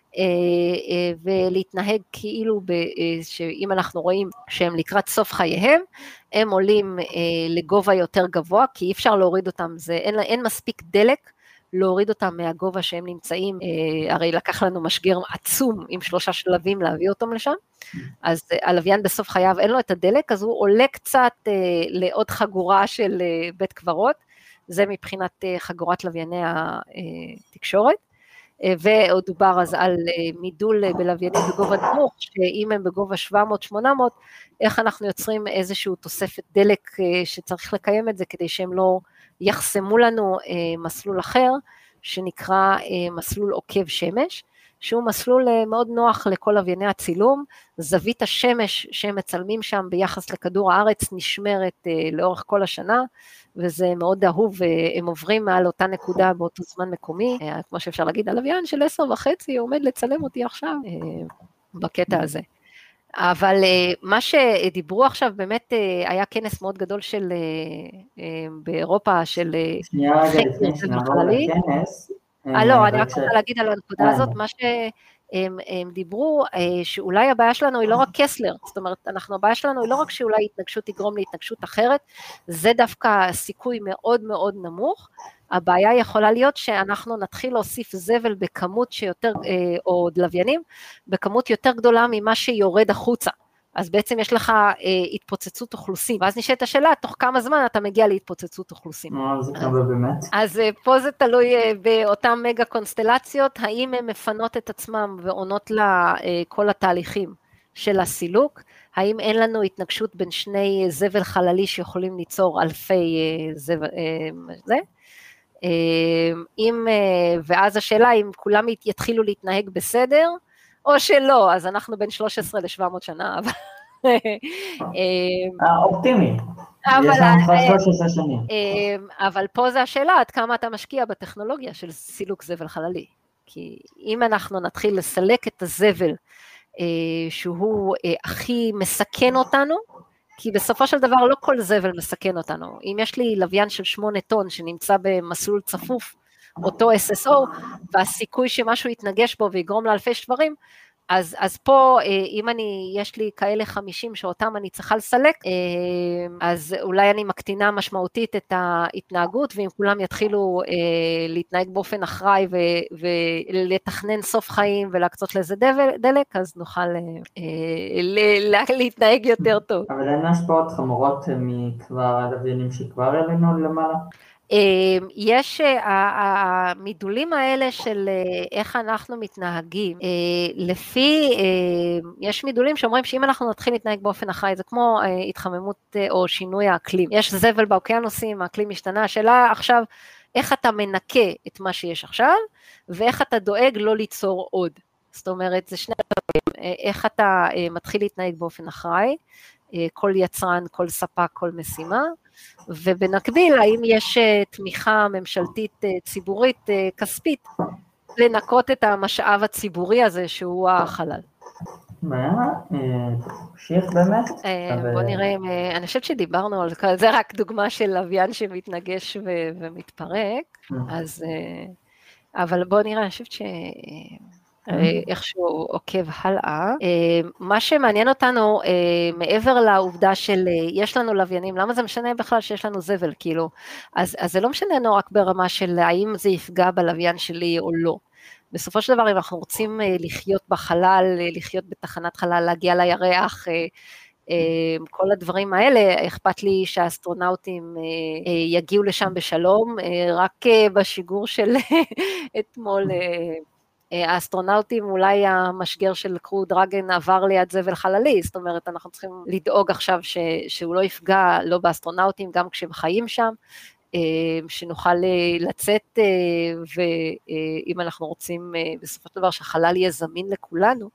ולהתנהג כאילו שאם אנחנו רואים שהם לקראת סוף חייהם, הם עולים לגובה יותר גבוה, כי אי אפשר להוריד אותם, אין מספיק דלק להוריד אותם מהגובה שהם נמצאים, הרי לקח לנו משגר עצום עם 3 שלבים להביא אותם לשם, אז הלוויין בסוף חייו אין לו את הדלק, אז הוא עולה קצת לעוד חגורה של בית קברות, זה מבחינת חגורת לווייני התקשורת, ועוד דובר אז על מידול בלוויינים בגובה נמוך, שאם הם בגובה 700-800, איך אנחנו יוצרים איזושהי תוספת דלק שצריך לקיים את זה, כדי שהם לא יחסמו לנו מסלול אחר, שנקרא מסלול עוקב שמש, שהוא מסלול מאוד נוח לכל לווייני הצילום, זווית השמש שהם מצלמים שם ביחס לכדור הארץ נשמרת לאורך כל השנה, וזה מאוד אהוב, הם עוברים מעל אותה נקודה באותו זמן מקומי, כמו שאפשר להגיד, הלוויין של 10:30 עומד לצלם אותי עכשיו, בקטע הזה. אבל מה שדיברו עכשיו, באמת היה כנס מאוד גדול של, באירופה, של לפני שנעבור לכנס. לא, אני רק רוצה להגיד על הנקודה הזאת, מה שהם דיברו, שאולי הבעיה שלנו היא לא רק קסלר, זאת אומרת, הבעיה שלנו היא לא רק שאולי התנגשות תגרום להתנגשות אחרת, זה דווקא סיכוי מאוד מאוד נמוך, הבעיה יכולה להיות שאנחנו נתחיל להוסיף זבל בכמות שיותר, או לוויינים, בכמות יותר גדולה ממה שיורד החוצה, אז בעצם יש לך התפוצצות אוכלוסין, ואז נשאלת השאלה, תוך כמה זמן אתה מגיע להתפוצצות אוכלוסין. זה כמה באמת. אז פה זה תלוי באותן מגה קונסטלציות, האם הן מפנות את עצמם ועונות לכל התהליכים של הסילוק, האם אין לנו התנגשות בין שני זבל חללי שיכולים ליצור אלפי זבל, ואז השאלה אם כולם יתחילו להתנהג בסדר, או שלא, אז אנחנו בין 13 ל-700 שנה, אבל... אופטימי, יש לנו 13 שנים. אבל פה זה השאלה, עד כמה אתה משקיע בטכנולוגיה של סילוק זבל חללי, כי אם אנחנו נתחיל לסלק את הזבל, שהוא הכי מסכן אותנו, כי בסופו של דבר לא כל זבל מסכן אותנו, אם יש לי לוויין של 8 טון שנמצא במסלול צפוף, אותו SSO, והסיכוי שמשהו יתנגש בו ויגרום לאלפי שברים, אז פה, אם יש לי כאלה 50 שאותם אני צריכה לסלק, אז אולי אני מקטינה משמעותית את ההתנהגות, ואם כולם יתחילו להתנהג באופן אחראי, ולתכנן סוף חיים, ולהקצות לזה דלק, אז נוכל להתנהג יותר טוב. אבל אין השפעות חמורות מכבר הלוויינים שכבר אלינו למעלה? יש המידולים האלה של איך אנחנו מתנהגים, יש מידולים שאומרים שאם אנחנו נתחיל להתנהג באופן אחראי, זה כמו התחממות או שינוי האקלים, יש זבל באוקיינוסים, האקלים משתנה, השאלה עכשיו, איך אתה מנקה את מה שיש עכשיו, ואיך אתה דואג לא ליצור עוד, זאת אומרת, זה שני דברים, איך אתה מתחיל להתנהג באופן אחראי, כל יצרן, כל ספק, כל משימה, ובנקביל, האם יש תמיכה ממשלתית ציבורית כספית, לנקות את המשאב הציבורי הזה שהוא החלל. תמשיך באמת? בוא נראה, אני חושבת שדיברנו על זה, זה רק דוגמה של לוויין שמתנגש ומתפרק, אז, אבל בוא נראה, אני חושבת איכשהו עוקב הלאה. מה שמעניין אותנו, מעבר לעובדה של יש לנו לוויינים, למה זה משנה בכלל שיש לנו זבל, כאילו, אז זה לא משנה לנו רק ברמה של האם זה יפגע בלוויין שלי או לא. בסופו של דבר, אם אנחנו רוצים לחיות בחלל, לחיות בתחנת חלל, להגיע לירח, כל הדברים האלה, אכפת לי שהאסטרונאוטים יגיעו לשם בשלום, רק בשיגור של אתמול, האסטרונאוטים, אולי המשגר של קרו דרגן עבר ליד זבל חללי, זאת אומרת, אנחנו צריכים לדאוג עכשיו שהוא לא יפגע, לא באסטרונאוטים, גם כשהם חיים שם, שנוכל לצאת, ואם אנחנו רוצים בסופו של דבר שהחלל יהיה זמין לכולנו,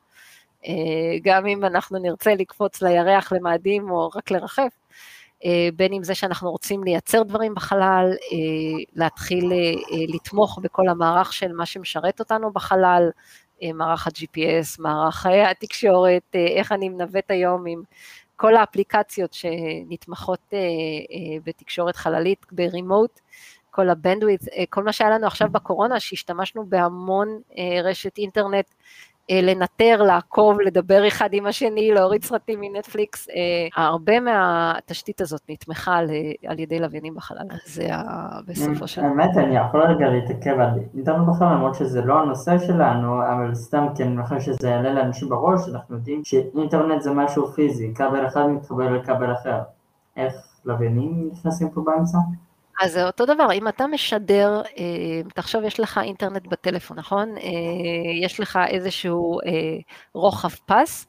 גם אם אנחנו נרצה לקפוץ לירח למאדים או רק לרחב, בין אם זה שאנחנו רוצים לייצר דברים בחלל, להתחיל לתמוך בכל המערך של מה שמשרת אותנו בחלל, מערך ה-GPS, מערך התקשורת, איך אני מנווט היום עם כל האפליקציות שנתמכות בתקשורת חללית, ברימוט, כל הבנדוויט, כל מה שהיה לנו עכשיו בקורונה, שהשתמשנו בהמון רשת אינטרנט, לנטר, לעקוב, לדבר אחד עם השני, להוריד סרטים מנטפליקס, הרבה מהתשתית הזאת נתמכה על ידי לוויינים בחלל, זה בסופו של... האמת, אני יכול רגע להתעכב על אינטרנט בחלל, למרות שזה לא הנושא שלנו, אבל סתם כן, אחרי שזה יעלה לאנשים בראש, אנחנו יודעים שאינטרנט זה משהו פיזי, כבל אחד מתחבר לכבל אחר. איך לוויינים נכנסים פה באמצע? אז זה אותו דבר, אם אתה משדר, תחשוב יש לך אינטרנט בטלפון, נכון? יש לך איזשהו רוחב פס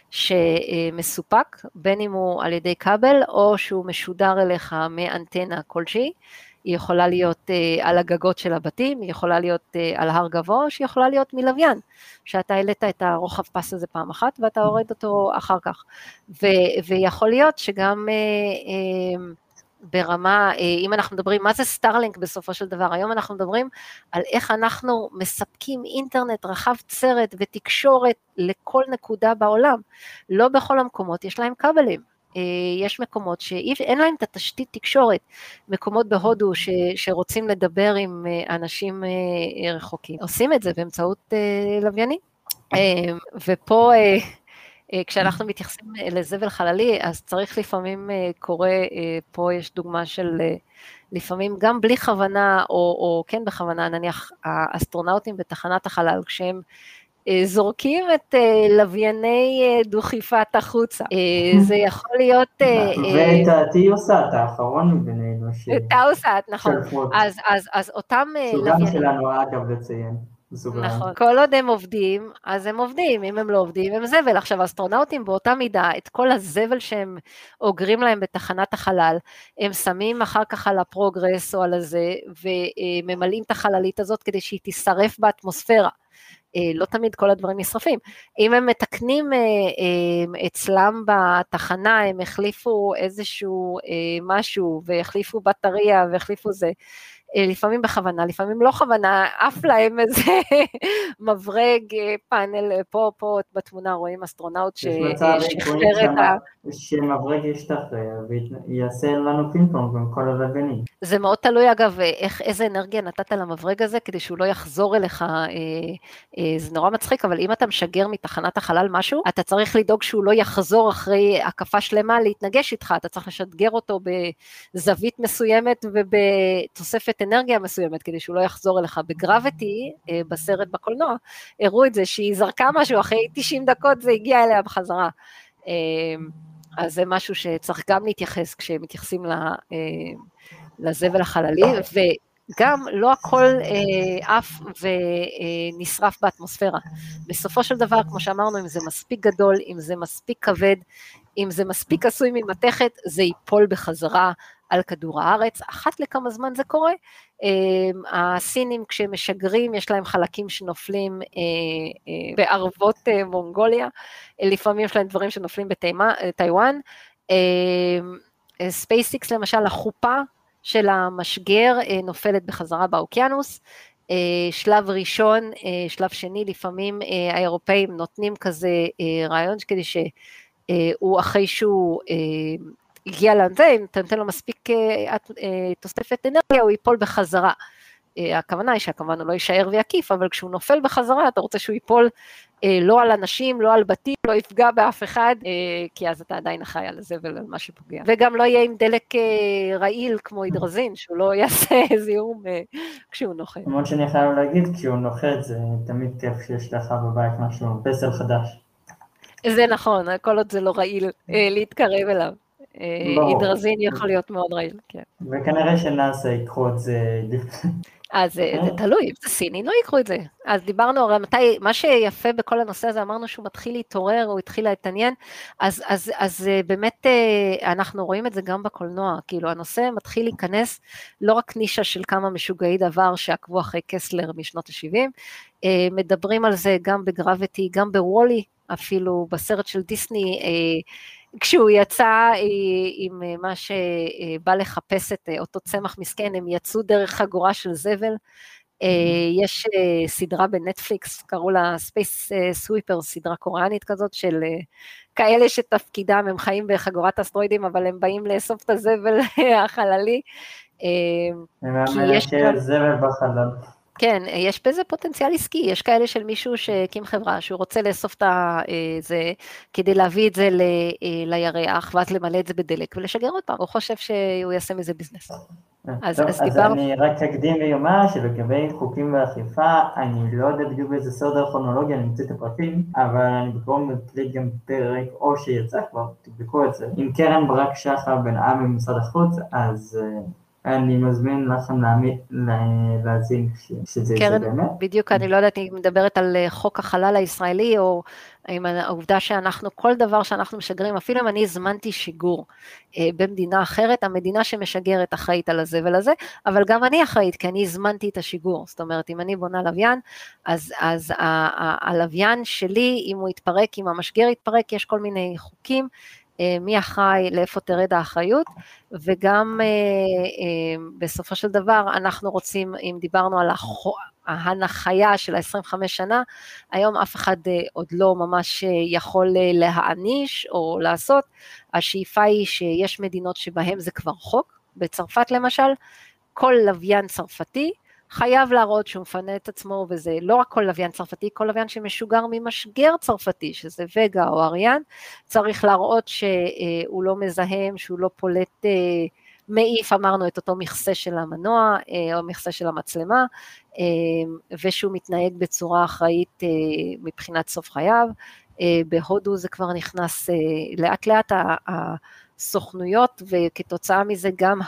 שמסופק, בין אם הוא על ידי כבל או שהוא משודר אליך מאנטנה כלשהי, היא יכולה להיות על הגגות של הבתים, היא יכולה להיות על הר גבוה, או שהיא יכולה להיות מלוויין, שאתה העלית את הרוחב פס הזה פעם אחת ואתה הורד אותו אחר כך, ויכול להיות שגם... ברמה, אם אנחנו מדברים, מה זה סטארלינק בסופו של דבר? היום אנחנו מדברים על איך אנחנו מספקים אינטרנט רחב צרת ותקשורת לכל נקודה בעולם. לא בכל המקומות יש להם כבלים. יש מקומות שאין להם את התשתית תקשורת, מקומות בהודו שרוצים לדבר עם אנשים רחוקים. עושים את זה באמצעות לוויינים. ופה... כשאנחנו מתייחסים לזבל חללי, אז צריך לפעמים קורה, פה יש דוגמה של לפעמים גם בלי כוונה, או כן בכוונה, נניח האסטרונאוטים בתחנת החלל, כשהם זורקים את לווייני דוכיפת החוצה, זה יכול להיות... ואת הטיוסט האחרון מבינינו. טיוסט, נכון. אז אותם לוויינים... סוגם שלנו אגב לציין. נכון, כל עוד הם עובדים, אז הם עובדים, אם הם לא עובדים, הם זבל. עכשיו, האסטרונאוטים באותה מידה, את כל הזבל שהם אוגרים להם בתחנת החלל, הם שמים אחר כך על הפרוגרס או על הזה, וממלאים את החללית הזאת כדי שהיא תישרף באטמוספירה. לא תמיד כל הדברים נשרפים. אם הם מתקנים אצלם בתחנה, הם החליפו איזשהו משהו, והחליפו בטריה, והחליפו זה, לפעמים בכוונה, לפעמים לא כוונה, אף להם איזה מברג פאנל, פה בתמונה רואים אסטרונאוט ששחרר את ה... שמברג ישתחרר ויעשה לנו פינג-פונג עם כל הלוויינים. זה מאוד תלוי אגב, איזה אנרגיה נתת למברג הזה, כדי שהוא לא יחזור אליך, זה נורא מצחיק, אבל אם אתה משגר מתחנת החלל משהו, אתה צריך לדאוג שהוא לא יחזור אחרי הקפה שלמה להתנגש איתך, אתה צריך לשגר אותו בזווית מסוימת ובתוספת אנרגיה מסוימת, כדי שהוא לא יחזור אליך. בגרביטי, בסרט בקולנוע, הראו את זה, שהיא זרקה משהו, אחרי 90 דקות זה הגיע אליה בחזרה. אז זה משהו שצריך גם להתייחס, כשמתייחסים לזבל החללי, וגם לא הכל עף ונשרף באטמוספירה. בסופו של דבר, כמו שאמרנו, אם זה מספיק גדול, אם זה מספיק כבד, אם זה מספיק עשוי ממתכת, זה ייפול בחזרה על כדור הארץ. אחת לכמה זמן זה קורה. הסינים כשהם משגרים, יש להם חלקים שנופלים בערבות מונגוליה, לפעמים יש להם דברים שנופלים בטיואן. ספייסיקס למשל, החופה של המשגר נופלת בחזרה באוקיינוס. שלב ראשון, שלב שני, לפעמים האירופאים נותנים כזה רעיון כדי שהוא אחרי שהוא הגיע לזה, אם אתה נותן לו מספיק תוספת אנרגיה, הוא ייפול בחזרה. הכוונה היא שהכוון הוא לא יישאר ויקיף, אבל כשהוא נופל בחזרה, אתה רוצה שהוא ייפול לא על אנשים, לא על בתים, לא יפגע באף אחד, כי אז אתה עדיין אחראי על הזבל, על מה שפוגע. וגם לא יהיה עם דלק רעיל כמו הידרזין, שהוא לא יעשה זיהום כשהוא נוחת. למרות שאני חייב להגיד, כשהוא נוחת זה תמיד כיף שיש לך בבית משהו, פסל חדש. זה נכון, כל עוד זה לא רעיל להתקרב אליו. הידרזין יכול להיות מאוד רעיל, כן. וכנראה שנאס"א ייקחו את זה. אז זה תלוי, אם זה סיני, לא יקחו את זה. אז דיברנו, הרי מתי, מה שיפה בכל הנושא הזה, אמרנו שהוא מתחיל להתעורר, הוא התחיל להתעניין, אז באמת אנחנו רואים את זה גם בקולנוע, כאילו הנושא מתחיל להיכנס, לא רק נישה של כמה משוגעי דבר שעקבו אחרי קסלר משנות ה-70, מדברים על זה גם בגרביטי, גם בוולי, אפילו בסרט של דיסני, כשהוא יצא עם מה שבא לחפש את אותו צמח מסכן, הם יצאו דרך חגורה של זבל, יש סדרה בנטפליקס, קראו לה ספייס סוויפר, סדרה קוריאנית כזאת, של כאלה שתפקידם, הם חיים בחגורת אסטרואידים, אבל הם באים לאסוף את הזבל החללי. הם מלאכי זבל בחלל. כן, יש בזה פוטנציאל עסקי, יש כאלה של מישהו שהקים חברה, שהוא רוצה לאסוף את זה, כדי להביא את זה לירח, ואז למלא את זה בדלק, ולשגר עוד פעם, הוא חושב שהוא יעשה מזה ביזנס. אז אני רק אקדים ויאמר שלגבי חוקים ואכיפה, אני לא יודע בדיוק באיזה סדר כרונולוגי, אני מוצא את הפרטים, אבל אני בקרוב מקליט גם פרק, או שיצא כבר, תבדקו את זה, עם קרן ברק שחר בן עם ממשרד החוץ, אז אני מזמין לכם להזין שזה זה באמת. בדיוק, אני לא יודעת אם מדברת על חוק החלל הישראלי, או עם העובדה שאנחנו, כל דבר שאנחנו משגרים, אפילו אם אני הזמנתי שיגור במדינה אחרת, המדינה שמשגרת אחראית על הזבל הזה, אבל גם אני אחראית, כי אני הזמנתי את השיגור, זאת אומרת, אם אני בונה לוויין, אז הלוויין שלי, אם הוא יתפרק, אם המשגר יתפרק, יש כל מיני חוקים, מי אחראי, לאיפה תרד האחריות, וגם בסופו של דבר אנחנו רוצים, אם דיברנו על ההנחיה של 25 שנה, היום אף אחד עוד לא ממש יכול להעניש או לעשות, השאיפה היא שיש מדינות שבהם זה כבר חוק, בצרפת למשל, כל לוויין צרפתי, חייב להראות שהוא מפנה את עצמו, וזה לא רק כל לוויין צרפתי, כל לוויין שמשוגר ממשגר צרפתי, שזה וגה או אריאן, צריך להראות שהוא לא מזהם, שהוא לא פולט מעיף, אמרנו את אותו מכסה של המנוע, או מכסה של המצלמה, ושהוא מתנהג בצורה אחראית מבחינת סוף חייו, בהודו זה כבר נכנס לאט לאט הסוכנויות, וכתוצאה מזה גם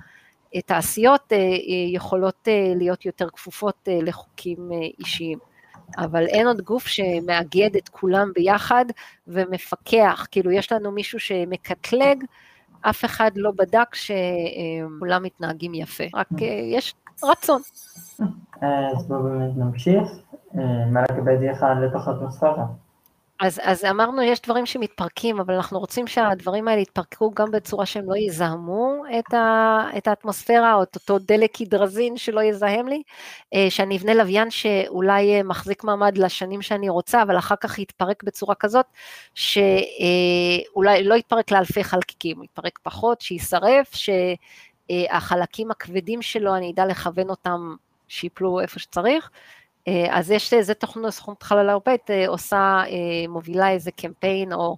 תעשיות יכולות להיות יותר כפופות לחוקים אישיים, אבל אין עוד גוף שמאגד את כולם ביחד ומפקח, כאילו יש לנו מישהו שמקטלג, אף אחד לא בדק שכולם מתנהגים יפה, רק יש רצון. אז בואו באמת נמשיך, מה לגבי דעיכה לתוך האטמוספירה? אז אמרנו, יש דברים שמתפרקים, אבל אנחנו רוצים שהדברים האלה יתפרקו גם בצורה שהם לא יזהמו את האטמוספירה, או את אותו דלק הידרזין שלא יזהם לי, שאני אבנה לוויין שאולי מחזיק מעמד לשנים שאני רוצה, אבל אחר כך יתפרק בצורה כזאת, שאולי לא יתפרק לאלפי חלקיקים, יתפרק פחות, שישרף, שהחלקים הכבדים שלו, אני אדע לכוון אותם שיפלו איפה שצריך, אז יש איזה תוכנית סוכנות חלל האירופאית, עושה, מובילה איזה קמפיין או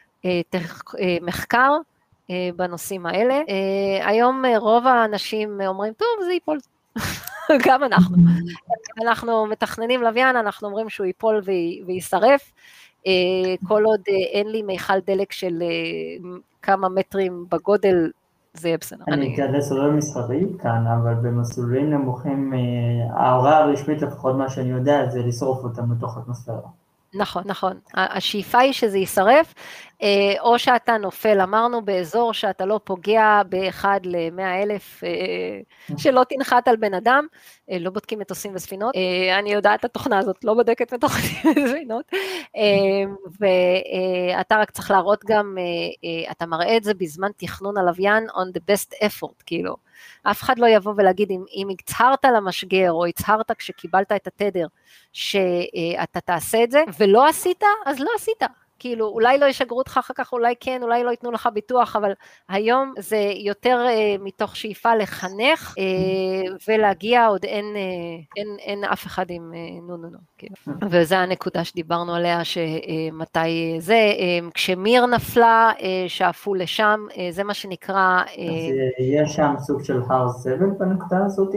מחקר בנושאים האלה. היום רוב האנשים אומרים, טוב, זה ייפול. גם אנחנו מתכננים לוויין, אנחנו אומרים שהוא ייפול וישרף, כל עוד אין לי מיכל דלק של כמה מטרים בגודל, זה יהיה בסדר. אני אגלה סולל מסחרי כאן, אבל במסלולים נמוכים, ההוראה הרשמית לפחות מה שאני יודע, זה לשרוף אותם בתוך האטמוספירה. נכון, נכון. השאיפה היא שזה יישרף, או שאתה נופל, אמרנו באזור שאתה לא פוגע באחד ל-100,000, שלא תנחת על בן אדם, לא בודקים מטוסים וספינות, אני יודעת את התוכנה הזאת, לא בודקת מטוסים וספינות, ואתה רק צריך להראות גם, אתה מראה את זה בזמן תכנון הלוויין, on the best effort, כאילו, אף אחד לא יבוא ולהגיד, אם הצהרת למשגר, או הצהרת כשקיבלת את התדר, שאתה תעשה את זה, ולא עשית, אז לא עשית. כאילו אולי לא ישגרו אותך אחר כך, אולי כן, אולי לא ייתנו לך ביטוח, אבל היום זה יותר מתוך שאיפה לחנך ולהגיע, עוד אין אף אחד עם נו, כאילו. וזו הנקודה שדיברנו עליה, שמתי זה, כשמיר נפלה, שאפו לשם, זה מה שנקרא... אז יש שם סוג של הר זבל בנקודה הזאת?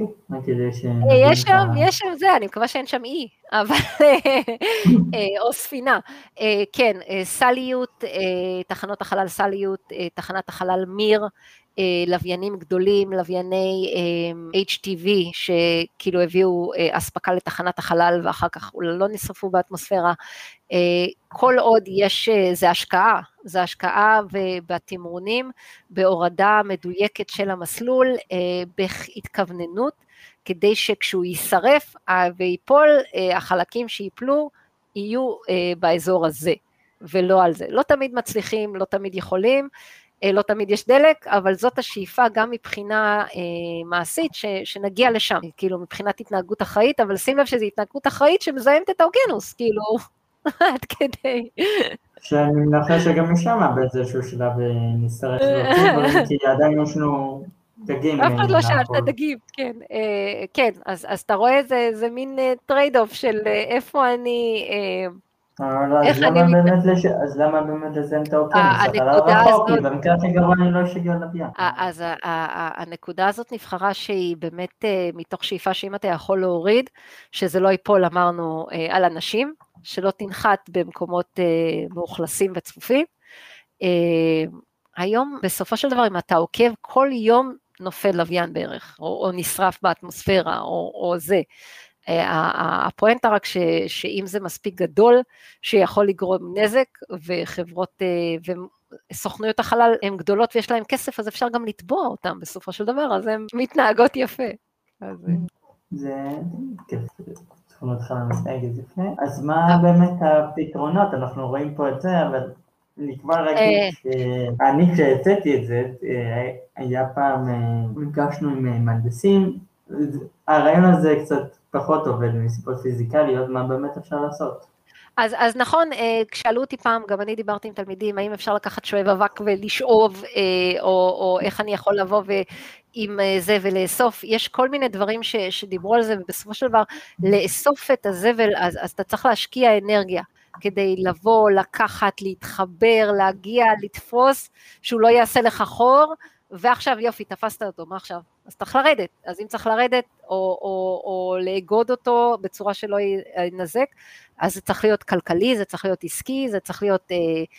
יש שם זה, אני מקווה שאין שם אי, אבל... או ספינה. כן, סליות, תחנות החלל סליות, תחנת החלל מיר, לוויינים גדולים, לווייני HTV, שכאילו הביאו אספקה לתחנת החלל, ואחר כך לא נשרפו באטמוספירה. כל עוד יש, זה השקעה בתמרונים, בהורדה מדויקת של המסלול, בהתכווננות, כדי שכשהוא יישרף ויפול, החלקים שיפלו, יהיו באזור הזה, ולא על זה. לא תמיד מצליחים, לא תמיד יכולים, לא תמיד יש דלק, אבל זאת השאיפה גם מבחינה מעשית, שנגיע לשם, כאילו מבחינת התנהגות אחראית, אבל שים לב שזו התנהגות אחראית שמזהמת את האוקיינוס, כאילו, עד כדי. שאני מנחש שגם משם באיזשהו שלב נצטרך להוציא, כי עדיין יש לנו דגים. אף אחד לא שאל את הדגים, כן. כן, אז אתה רואה, זה מין טרייד אוף של איפה אני... אז למה באמת לזהם את האוקיינוס? החלל רחוק, כי במקרה הכי גרוע אני לא אשגע לוויין. אז הנקודה הזאת נבחרה שהיא באמת מתוך שאיפה שאם אתה יכול להוריד, שזה לא ייפול, אמרנו, על אנשים, שלא תנחת במקומות מאוכלסים וצפופים. היום, בסופו של דבר, אם אתה עוקב, כל יום נופל לוויין בערך, או נשרף באטמוספירה, או זה. הפואנטה רק שאם זה מספיק גדול, שיכול לגרום נזק, וחברות וסוכנויות החלל הן גדולות ויש להן כסף, אז אפשר גם לתבוע אותם בסופו של דבר, אז הן מתנהגות יפה. זה כיף, סוכנות חלל מתנהגת יפה. אז מה באמת הפתרונות? אנחנו רואים פה את זה, אבל אני כבר אגיד שאני כשהצאתי את זה, היה פעם, נפגשנו עם מהנדסים, הרעיון הזה קצת פחות עובד מסיבות פיזיקליות, מה באמת אפשר לעשות? אז נכון, כשאלו אותי פעם, גם אני דיברתי עם תלמידים, האם אפשר לקחת שואב אבק ולשאוב, או איך אני יכול לבוא עם זה ולאסוף, יש כל מיני דברים שדיברו על זה, ובסופו של דבר, לאסוף את הזבל, אז אתה צריך להשקיע אנרגיה, כדי לבוא, לקחת, להתחבר, להגיע, לתפוס, שהוא לא יעשה לך חור, ועכשיו יופי, תפסת אותו, מה עכשיו? אז צריך לרדת, אז אם צריך לרדת, או לאגוד אותו בצורה שלא ינזק, אז זה צריך להיות כלכלי, זה צריך להיות עסקי, זה צריך להיות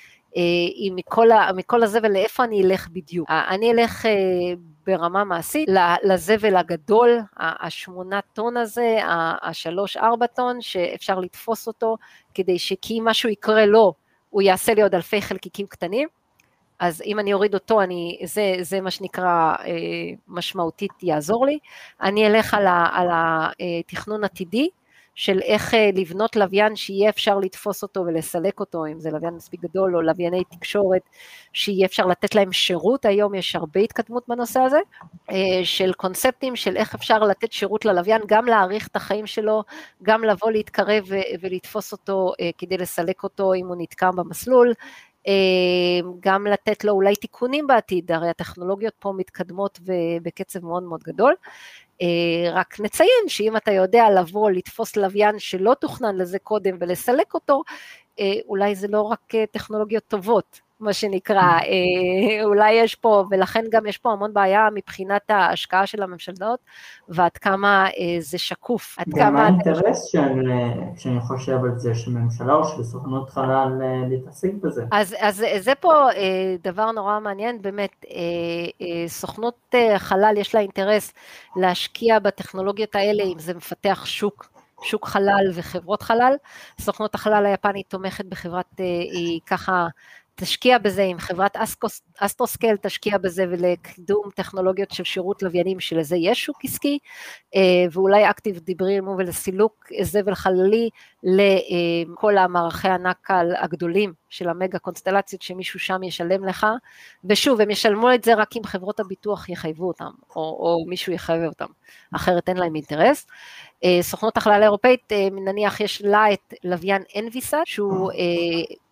מכל הזבל, לאיפה אני אלך בדיוק? אני אלך ברמה מעשית, לזבל הגדול, ה8 טון הזה, ה3-4 טון, שאפשר לתפוס אותו, כדי שכי משהו יקרה לו, הוא יעשה לי עוד אלפי חלקיקים קטנים, אז אם אני אוריד אותו, זה מה שנקרא משמעותית יעזור לי. אני אלך על התכנון עתידי, של איך לבנות לוויין שיהיה אפשר לתפוס אותו ולסלק אותו, אם זה לוויין מספיק גדול או לווייני תקשורת, שיהיה אפשר לתת להם שירות, היום יש הרבה התקדמות בנושא הזה, של קונספטים של איך אפשר לתת שירות ללוויין, גם להאריך את החיים שלו, גם לבוא להתקרב ולתפוס אותו כדי לסלק אותו אם הוא נתקע במסלול, גם לתת לו אולי תיקונים בעתיד, הרי הטכנולוגיות פה מתקדמות בקצב מאוד מאוד גדול, רק נציין שאם אתה יודע לבוא לתפוס לוויין שלא תוכנן לזה קודם ולסלק אותו, אולי זה לא רק טכנולוגיות טובות, מה שנקרא, אולי יש פה, ולכן גם יש פה המון בעיה מבחינת ההשקעה של הממשלות, ועד כמה זה שקוף. גם האינטרס שאני חושב על זה, שממשלה או של סוכנות חלל להתעסק בזה. אז זה פה דבר נורא מעניין, באמת, סוכנות חלל יש לה אינטרס להשקיע בטכנולוגיות האלה, אם זה מפתח שוק חלל וחברות חלל, סוכנות החלל היפנית תומכת בחברת, היא ככה, תשקיע בזה, עם חברת אסטרוסקייל תשקיע בזה, ולקידום טכנולוגיות של שירות לוויינים, שלזה יש שוק עסקי, ואולי אקטיב דיברים ולסילוק זבל חללי, לכל המערכי הענק הגדולים, של המגה קונסטלציות, שמישהו שם ישלם לך, ושוב, הם ישלמו את זה רק אם חברות הביטוח יחייבו אותם, או מישהו יחייב אותם, אחרת אין להם אינטרס. סוכנות החלל האירופאית, נניח יש לה את לוויין אנביסאט, שהוא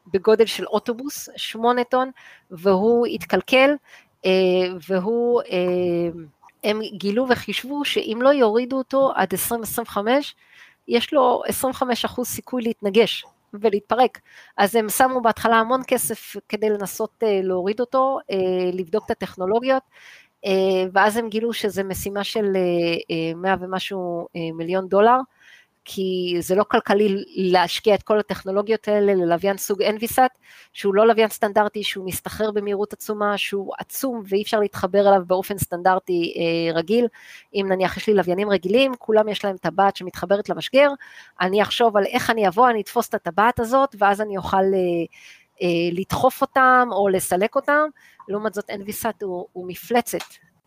בגודל של אוטובוס, 8 טון, והוא התקלקל, הם גילו וחישבו שאם לא יורידו אותו עד 2025, יש לו 25% סיכוי להתנגש ולהתפרק. אז הם שמו בהתחלה המון כסף כדי לנסות להוריד אותו, לבדוק את הטכנולוגיות, ואז הם גילו שזה משימה של 100 ומשהו מיליון דולר, כי זה לא כלכלי להשקיע את כל הטכנולוגיות האלה ללוויין סוג אנביסט, שהוא לא לוויין סטנדרטי, שהוא מסתחרר במהירות עצומה, שהוא עצום ואי אפשר להתחבר אליו באופן סטנדרטי רגיל. אם נניח יש לי לוויינים רגילים, כולם יש להם טבעת שמתחברת למשגר, אני אחשוב על איך אני אבוא, אני אתפוס את הטבעת הזאת, ואז אני אוכל לדחוף אותם או לסלק אותם. לעומת זאת אנביסט הוא מפלצת,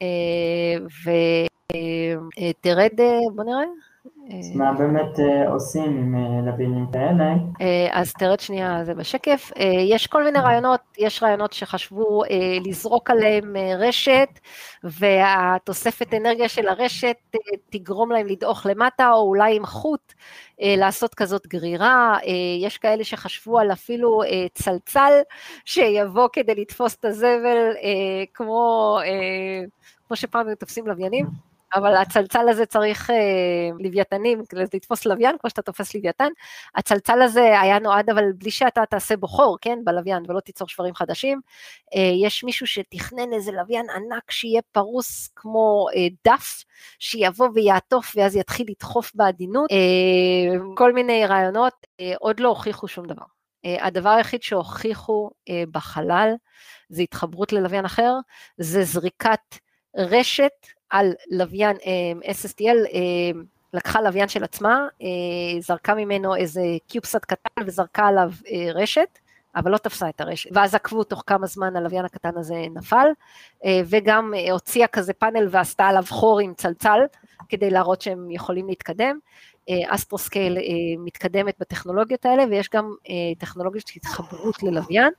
ותרד, בוא נראה. אז מה באמת עושים עם לוויינים כאלה? אז תרד שנייה, זה בשקף. יש כל מיני רעיונות, יש רעיונות שחשבו לזרוק עליהם רשת, והתוספת אנרגיה של הרשת תגרום להם לדעוך למטה, או אולי עם חוט לעשות כזאת גרירה. יש כאלה שחשבו על אפילו צלצל שיבוא כדי לתפוס את הזבל, כמו שפעם תופסים לוויינים. אבל הצלצל הזה צריך לוויתנים, לתפוס לוויין, כמו שאתה תופס לוויתן, הצלצל הזה היה נועד, אבל בלי שאתה תעשה בוחור, כן, בלוויין, ולא תיצור שברים חדשים. יש מישהו שתכנן איזה לוויין ענק, שיהיה פרוס כמו דף, שיבוא ויעטוף, ואז יתחיל לדחוף בעדינות. כל מיני רעיונות, עוד לא הוכיחו שום דבר. הדבר היחיד שהוכיחו בחלל, זה התחברות ללוויין אחר, זה זריקת רשת, על לוויין SSTL, לקחה לוויין של עצמה, זרקה ממנו איזה קיובסט קטן וזרקה עליו רשת, אבל לא תפסה את הרשת, ואז עקבו תוך כמה זמן הלוויין הקטן הזה נפל, וגם הוציאה כזה פאנל ועשתה עליו חור עם צלצל, כדי להראות שהם יכולים להתקדם. אסטרוסקייל מתקדמת בטכנולוגיות האלה, ויש גם טכנולוגיות של התחברות ללוויין,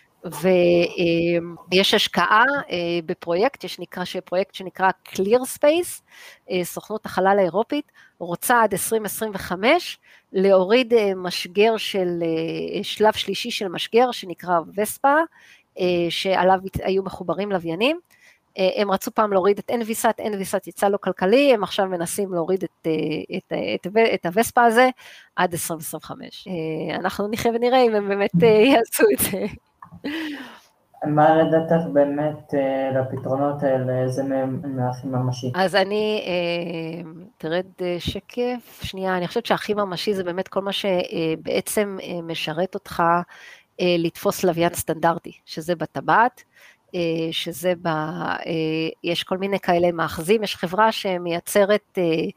ויש השקעה בפרויקט, פרויקט שנקרא Clear Space, סוכנות החלל האירופית, רוצה עד 2025 להוריד משגר של שלב שלישי של משגר, שנקרא וספה, שעליו היו מחוברים לוויינים. הם רצו פעם להוריד את אנביסט יצא לו כלכלי, הם עכשיו מנסים להוריד את הווספה הזה עד 2025. אנחנו נחיה ונראה אם הם באמת יעשו את זה. מה לדעתך באמת לפתרונות האלה, איזה מהם הכי ממשי? אז אני, תרד שקף, שנייה, אני חושבת שהכי ממשי זה באמת כל מה שבעצם משרת אותך לתפוס לוויין סטנדרטי, שזה בטבעת, יש כל מיני כאלה מאחזים, יש חברה שמייצרת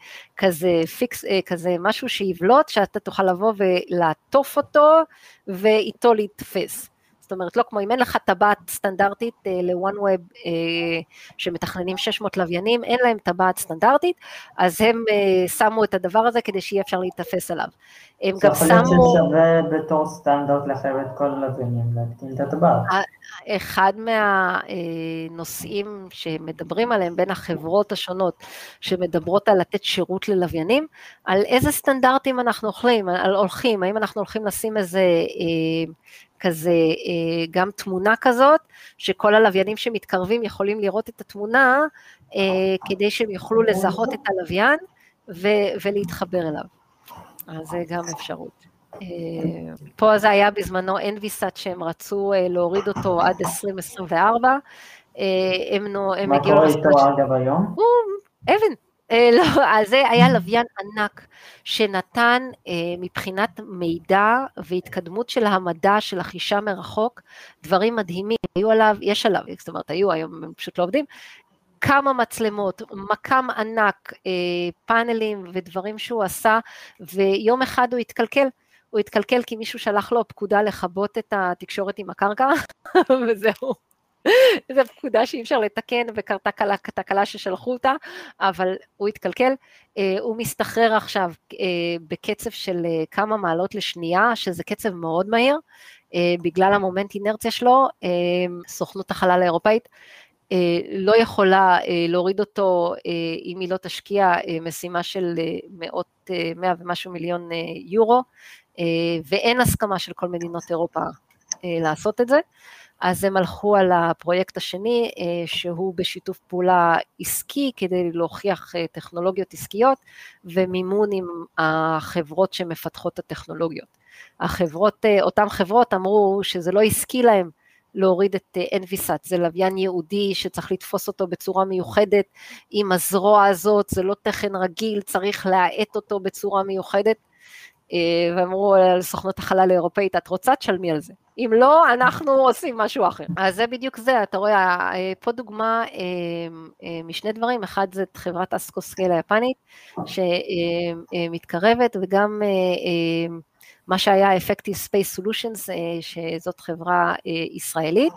כזה משהו שיבלוט, שאתה תוכל לבוא ולעטוף אותו ואיתו להתפס. זאת אומרת, לא כמו אם אין לך טבעת סטנדרטית ל-OneWeb שמתכננים 600 לוויינים, אין להם טבעת סטנדרטית, אז הם שמו את הדבר הזה כדי שיהיה אפשר להתאפס עליו. הם גם שמו... זה יכול להיות ששווה בתור סטנדרט לחייב את כל הלוויינים, להתקין את הטבעת. אחד מהנושאים שמדברים עליהם בין החברות השונות, שמדברות על לתת שירות ללוויינים, על איזה סטנדרטים אנחנו הולכים, האם אנחנו הולכים לשים איזה... כזה, גם תמונה כזאת, שכל הלוויינים שמתקרבים יכולים לראות את התמונה, כדי שהם יוכלו לזהות את הלוויין, ולהתחבר אליו. אז זה גם אפשרות. פה זה היה בזמנו אנביסט, שהם רצו להוריד אותו עד 2024, מה קורה איתו אגב היום? אבן. לא, אז זה היה לוויין ענק שנתן מבחינת מידע והתקדמות של המדע של החישה מרחוק, דברים מדהימים, היו עליו, יש עליו, זאת אומרת, היו היום, הם פשוט לא עובדים, כמה מצלמות, מקם ענק, פאנלים ודברים שהוא עשה, ויום אחד הוא התקלקל כי מישהו שלח לו פקודה לכבות את התקשורת עם הקרקע, וזהו. זו פקודה שאי אפשר לתקן, וקרתה תקלה ששלחו אותה, אבל הוא התקלקל, הוא מסתחרר עכשיו בקצב של כמה מעלות לשנייה, שזה קצב מאוד מהיר, בגלל המומנט אינרציה שלו, סוכנות החלל האירופאית, לא יכולה להוריד אותו, אם היא לא תשקיע משימה של 100 ומשהו מיליון יורו, ואין הסכמה של כל מדינות אירופה לעשות את זה, אז הם הלכו על הפרויקט השני, שהוא בשיתוף פעולה עסקי, כדי להוכיח טכנולוגיות עסקיות, ומימון עם החברות שמפתחות את הטכנולוגיות. אותם חברות אמרו שזה לא עסקי להם להוריד את NVSAT, זה לוויין יהודי שצריך לתפוס אותו בצורה מיוחדת, עם הזרוע הזאת, זה לא תכן רגיל, צריך להעט אותו בצורה מיוחדת, ואמרו לסוכנות החלל האירופאית, את רוצה תשלמי על זה, אם לא, אנחנו עושים משהו אחר. אז זה בדיוק זה, אתה רואה, פה דוגמה משני דברים, אחד זה חברת אסקוסקייל היפנית, שמתקרבת, וגם מה שהיה Effective Space Solutions, שזאת חברה ישראלית,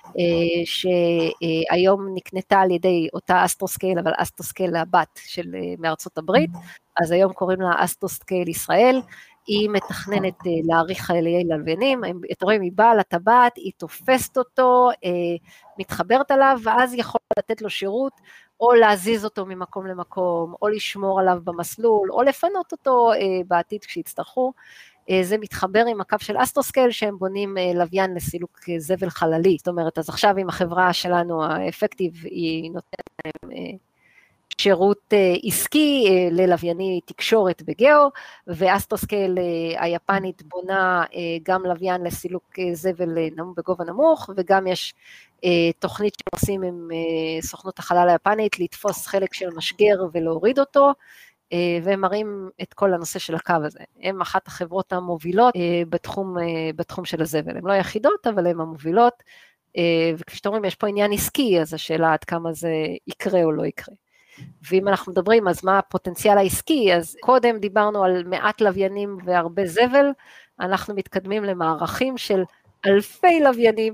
שהיום נקנתה על ידי אותה אסטרוסקייל, אבל אסטרוסקייל הבת מארצות הברית, אז היום קוראים לה אסטרוסקייל ישראל, היא מתכננת להעריך חיילי לוויינים, אתם רואים, היא באה לטבעת, היא תופסת אותו, מתחברת עליו, ואז יכול לתת לו שירות, או להזיז אותו ממקום למקום, או לשמור עליו במסלול, או לפנות אותו בעתיד כשיצטרכו, זה מתחבר עם הקו של אסטרוסקייל, שהם בונים לוויין לסילוק זבל חללי, זאת אומרת, אז עכשיו עם החברה שלנו, האפקטיב, היא נותנת להם שירות עסקי ללווייני תקשורת בגאו, ואסטרוסקייל היפנית בונה גם לוויין לסילוק זבל בגובה נמוך, וגם יש תוכנית שעושים עם סוכנות החלל היפנית, לתפוס חלק של משגר ולהוריד אותו, והם מראים את כל הנושא של הקו הזה. הם אחת החברות המובילות בתחום של הזבל. הם לא היחידות, אבל הם המובילות, וכפי שאתם רואים, יש פה עניין עסקי, אז השאלה עד כמה זה יקרה או לא יקרה. ואם אנחנו מדברים, אז מה הפוטנציאל העסקי? אז קודם דיברנו על מעט לוויינים והרבה זבל, אנחנו מתקדמים למערכים של אלפי לוויינים,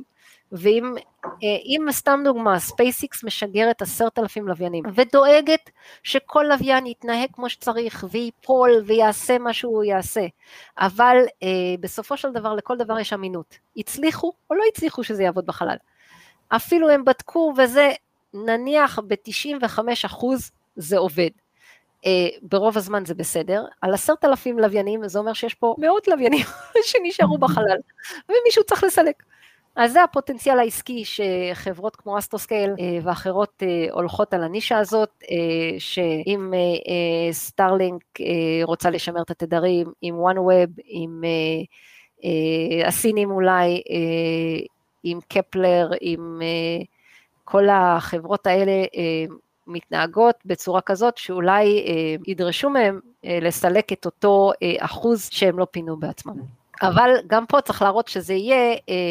ואם סתם דוגמה, SpaceX משגרת 10,000 לוויינים, ודואגת שכל לוויין יתנהג כמו שצריך, ויפול ויעשה מה שהוא יעשה, אבל בסופו של דבר, לכל דבר יש אמינות. הצליחו או לא הצליחו שזה יעבוד בחלל. אפילו הם בדקו, וזה נניח ב-95% זה עובד. ברוב הזמן זה בסדר, על 10,000 לוויינים, זה אומר שיש פה מאות לוויינים שנשארו בחלל, ומישהו צריך לסלק. אז זה הפוטנציאל העסקי שחברות כמו אסטרוסקייל ואחרות הולכות על הנישה הזאת, שאם סטארלינק רוצה לשמר את התדרים, עם OneWeb, עם הסינים אולי, עם קפלר, עם כל החברות האלה מתנהגות בצורה כזאת, שאולי ידרשו מהם לסלק את אותו אחוז שהם לא פינו בעצמם. אבל גם פה צריך להראות שזה יהיה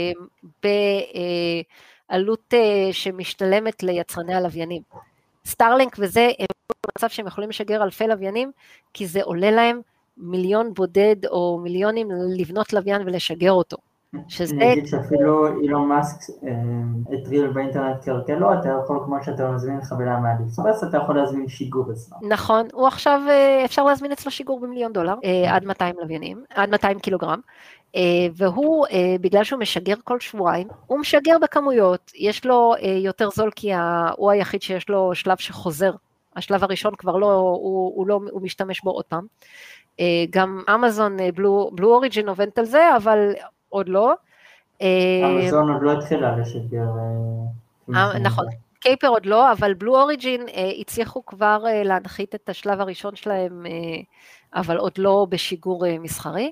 בעלות שמשתלמת ליצרני הלוויינים. סטארלינק וזה, הם במצב שהם יכולים לשגר אלפי לוויינים, כי זה עולה להם מיליון בודד או מיליונים לבנות לוויין ולשגר אותו. אני אגיד שאפילו אילון מאסק הטריל באינטרנט כרכלו, אתה יכול כמו שאתה מזמין חבילה מהאליאקספרס, אתה יכול להזמין שיגור אצלו. נכון, הוא עכשיו, אפשר להזמין אצלו שיגור ב$1,000,000, עד 200 לוויינים, עד 200 קילוגרם, והוא, בגלל שהוא משגר כל שבועיים, הוא משגר בכמויות, יש לו יותר זול, כי הוא היחיד שיש לו שלב שחוזר, השלב הראשון כבר לא, הוא משתמש בו עוד פעם, גם אמזון, בלו אוריג'ין עובדת על זה, אבל עוד לא. אמזון עוד לא התחילה לשגר. נכון, קייפר עוד לא, אבל בלו אוריג'ין הצליחו כבר להנחית את השלב הראשון שלהם, אבל עוד לא בשיגור מסחרי.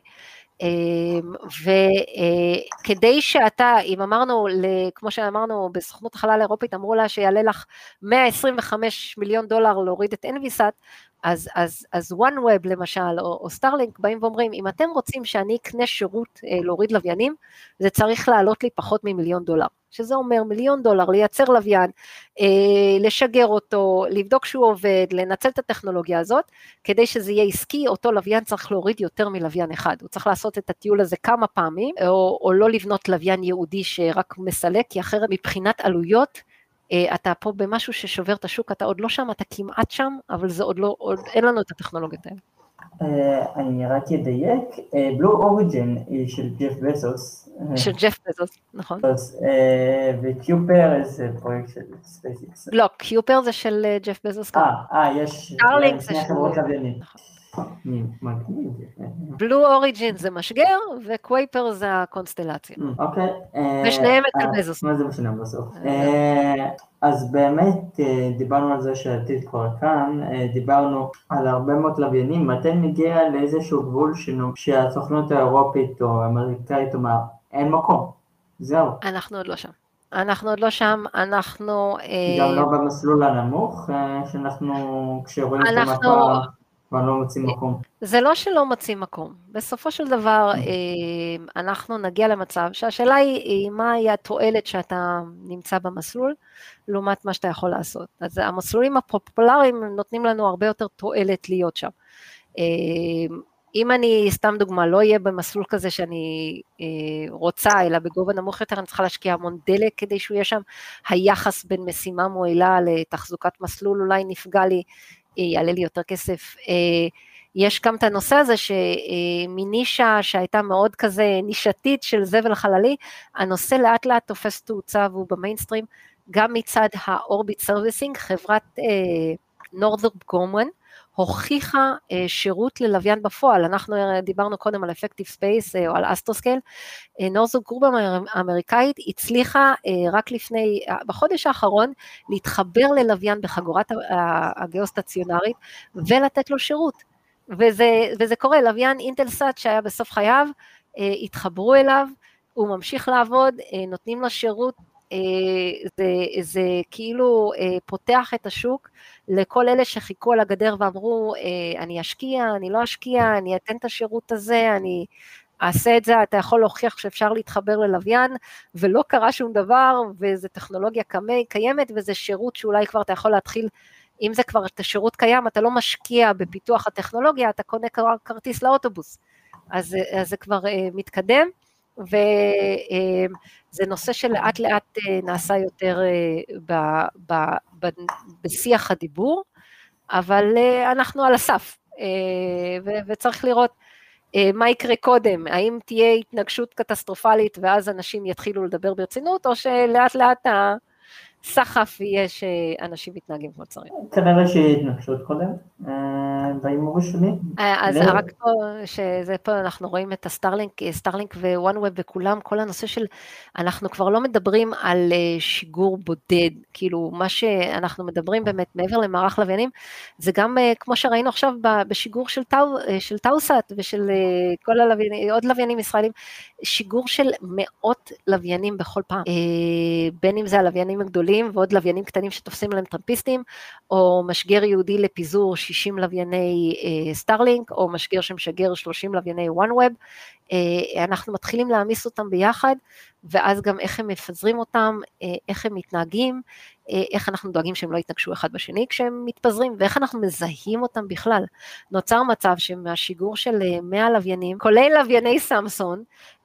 וכדי שאתה, אם אמרנו, כמו שאמרנו בסוכנות החלל האירופית, אמרו לה שיעלה לך $125 מיליון להוריד את NVSAT, אז OneWeb למשל, או סטארלינק, באים ואומרים, אם אתם רוצים שאני אקנה שירות להוריד לוויינים, זה צריך לעלות לי פחות $1,000,000, שזה אומר $1,000,000, לייצר לוויין, לשגר אותו, לבדוק שהוא עובד, לנצל את הטכנולוגיה הזאת, כדי שזה יהיה עסקי, אותו לוויין צריך להוריד יותר מלוויין אחד, הוא צריך לעשות את הטיול הזה כמה פעמים, או לא לבנות לוויין יהודי שרק מסלק, כי אחרת מבחינת עלויות, אתה פה במשהו ששובר את השוק, אתה עוד לא שם, אתה כמעט שם, אבל זה עוד לא, אין לנו את הטכנולוגיות האלה. אני רק אדייק, בלו אוריג'ין היא של ג'ף בזוס. של ג'ף בזוס, נכון. וקיופר זה פרויקט של SpaceX. לא, קיופר זה של ג'ף בזוס. יש שני חברות לוויינים. בלו אוריג'ין זה משגר, וקווייפר זה הקונסטלציה. אוקיי. ושניהם אצל בזוס. מה זה משנה בסוף? אז באמת דיברנו על זה שהעתיד כבר כאן, דיברנו על הרבה מאוד לוויינים, מתי נגיע לאיזשהו גבול שהסוכנות האירופית או האמריקאית אומר, אין מקום, זהו. אנחנו עוד לא שם. אנחנו עוד לא שם, אנחנו... גם לא במסלול הנמוך, שאנחנו, כשרואים את המפה, כבר לא מוצאים מקום. זה לא שלא מוצאים מקום. בסופו של דבר, אנחנו נגיע למצב שהשאלה היא מהי התועלת שאתה נמצא במסלול, לעומת מה שאתה יכול לעשות. אז המסלולים הפופולריים נותנים לנו הרבה יותר תועלת להיות שם. אם אני, סתם דוגמה, לא אהיה במסלול כזה שאני רוצה, אלא בגובה נמוך יותר, אני צריכה להשקיע המון דלק כדי שהוא יהיה שם, היחס בין משימה מועילה לתחזוקת מסלול, אולי נפגע לי, יעלה לי יותר כסף. יש גם את הנושא הזה שמנישה שהייתה מאוד כזה נישתית של זבל חללי, הנושא לאט לאט תופס תאוצה והוא במיינסטרים, גם מצד האורביט סרוויסינג, חברת נורת'רופ גרומאן, הוכיחה שירות ללוויין בפועל, אנחנו דיברנו קודם על אפקטיב ספייס או על אסטרוסקייל, נורת'רופ גרומאן האמריקאית הצליחה רק לפני, בחודש האחרון, להתחבר ללוויין בחגורת הגיאוסטציונרית, ולתת לו שירות, וזה קורה, לוויין אינטלסאט שהיה בסוף חייו, התחברו אליו, הוא ממשיך לעבוד, נותנים לו שירות, זה כאילו פותח את השוק לכל אלה שחיכו על הגדר ואמרו אני אשקיע, אני לא אשקיע, אני אתן את השירות הזה, אני אעשה את זה, אתה יכול להוכיח שאפשר להתחבר ללוויין ולא קרה שום דבר וזה טכנולוגיה קיימת וזה שירות שאולי כבר אתה יכול להתחיל, אם זה כבר את השירות קיים, אתה לא משקיע בפיתוח הטכנולוגיה, אתה קונה כרטיס לאוטובוס, אז זה כבר מתקדם, וזה נושא שלאט לאט נעשה יותר בשיח הדיבור, אבל אנחנו על הסף, וצריך לראות מה יקרה קודם, האם תהיה התנגשות קטסטרופלית ואז אנשים יתחילו לדבר ברצינות, או שלאט לאט סחף יהיה שאנשים מתנהגים כמו צריך. כנראה שהיא התנגשות קודם, בהימור שלי. אז רק פה, שזה פה אנחנו רואים את סטארלינק ווואנווב וכולם, כל הנושא של, אנחנו כבר לא מדברים על שיגור בודד, כאילו מה שאנחנו מדברים באמת מעבר למערך לוויינים, זה גם כמו שראינו עכשיו בשיגור של טאוסאט ושל כל הלוויינים, עוד לוויינים ישראלים, שיגור של מאות לוויינים בכל פעם, בין אם זה הלוויינים הגדולים ועוד לוויינים קטנים שתופסים להם טרמפיסטים, או משגר יהודי לפיזור 60 לווייני סטארלינק, או משגר שמשגר 30 לווייני וואנווב, אנחנו מתחילים להעמיס אותם ביחד, ואז גם איך הם מפזרים אותם, איך הם מתנהגים, איך אנחנו דואגים שהם לא יתנגשו אחד בשני כשהם מתפזרים, ואיך אנחנו מזהים אותם בכלל. נוצר מצב שמהשיגור של 100 לוויינים, כולל לווייני סמסון,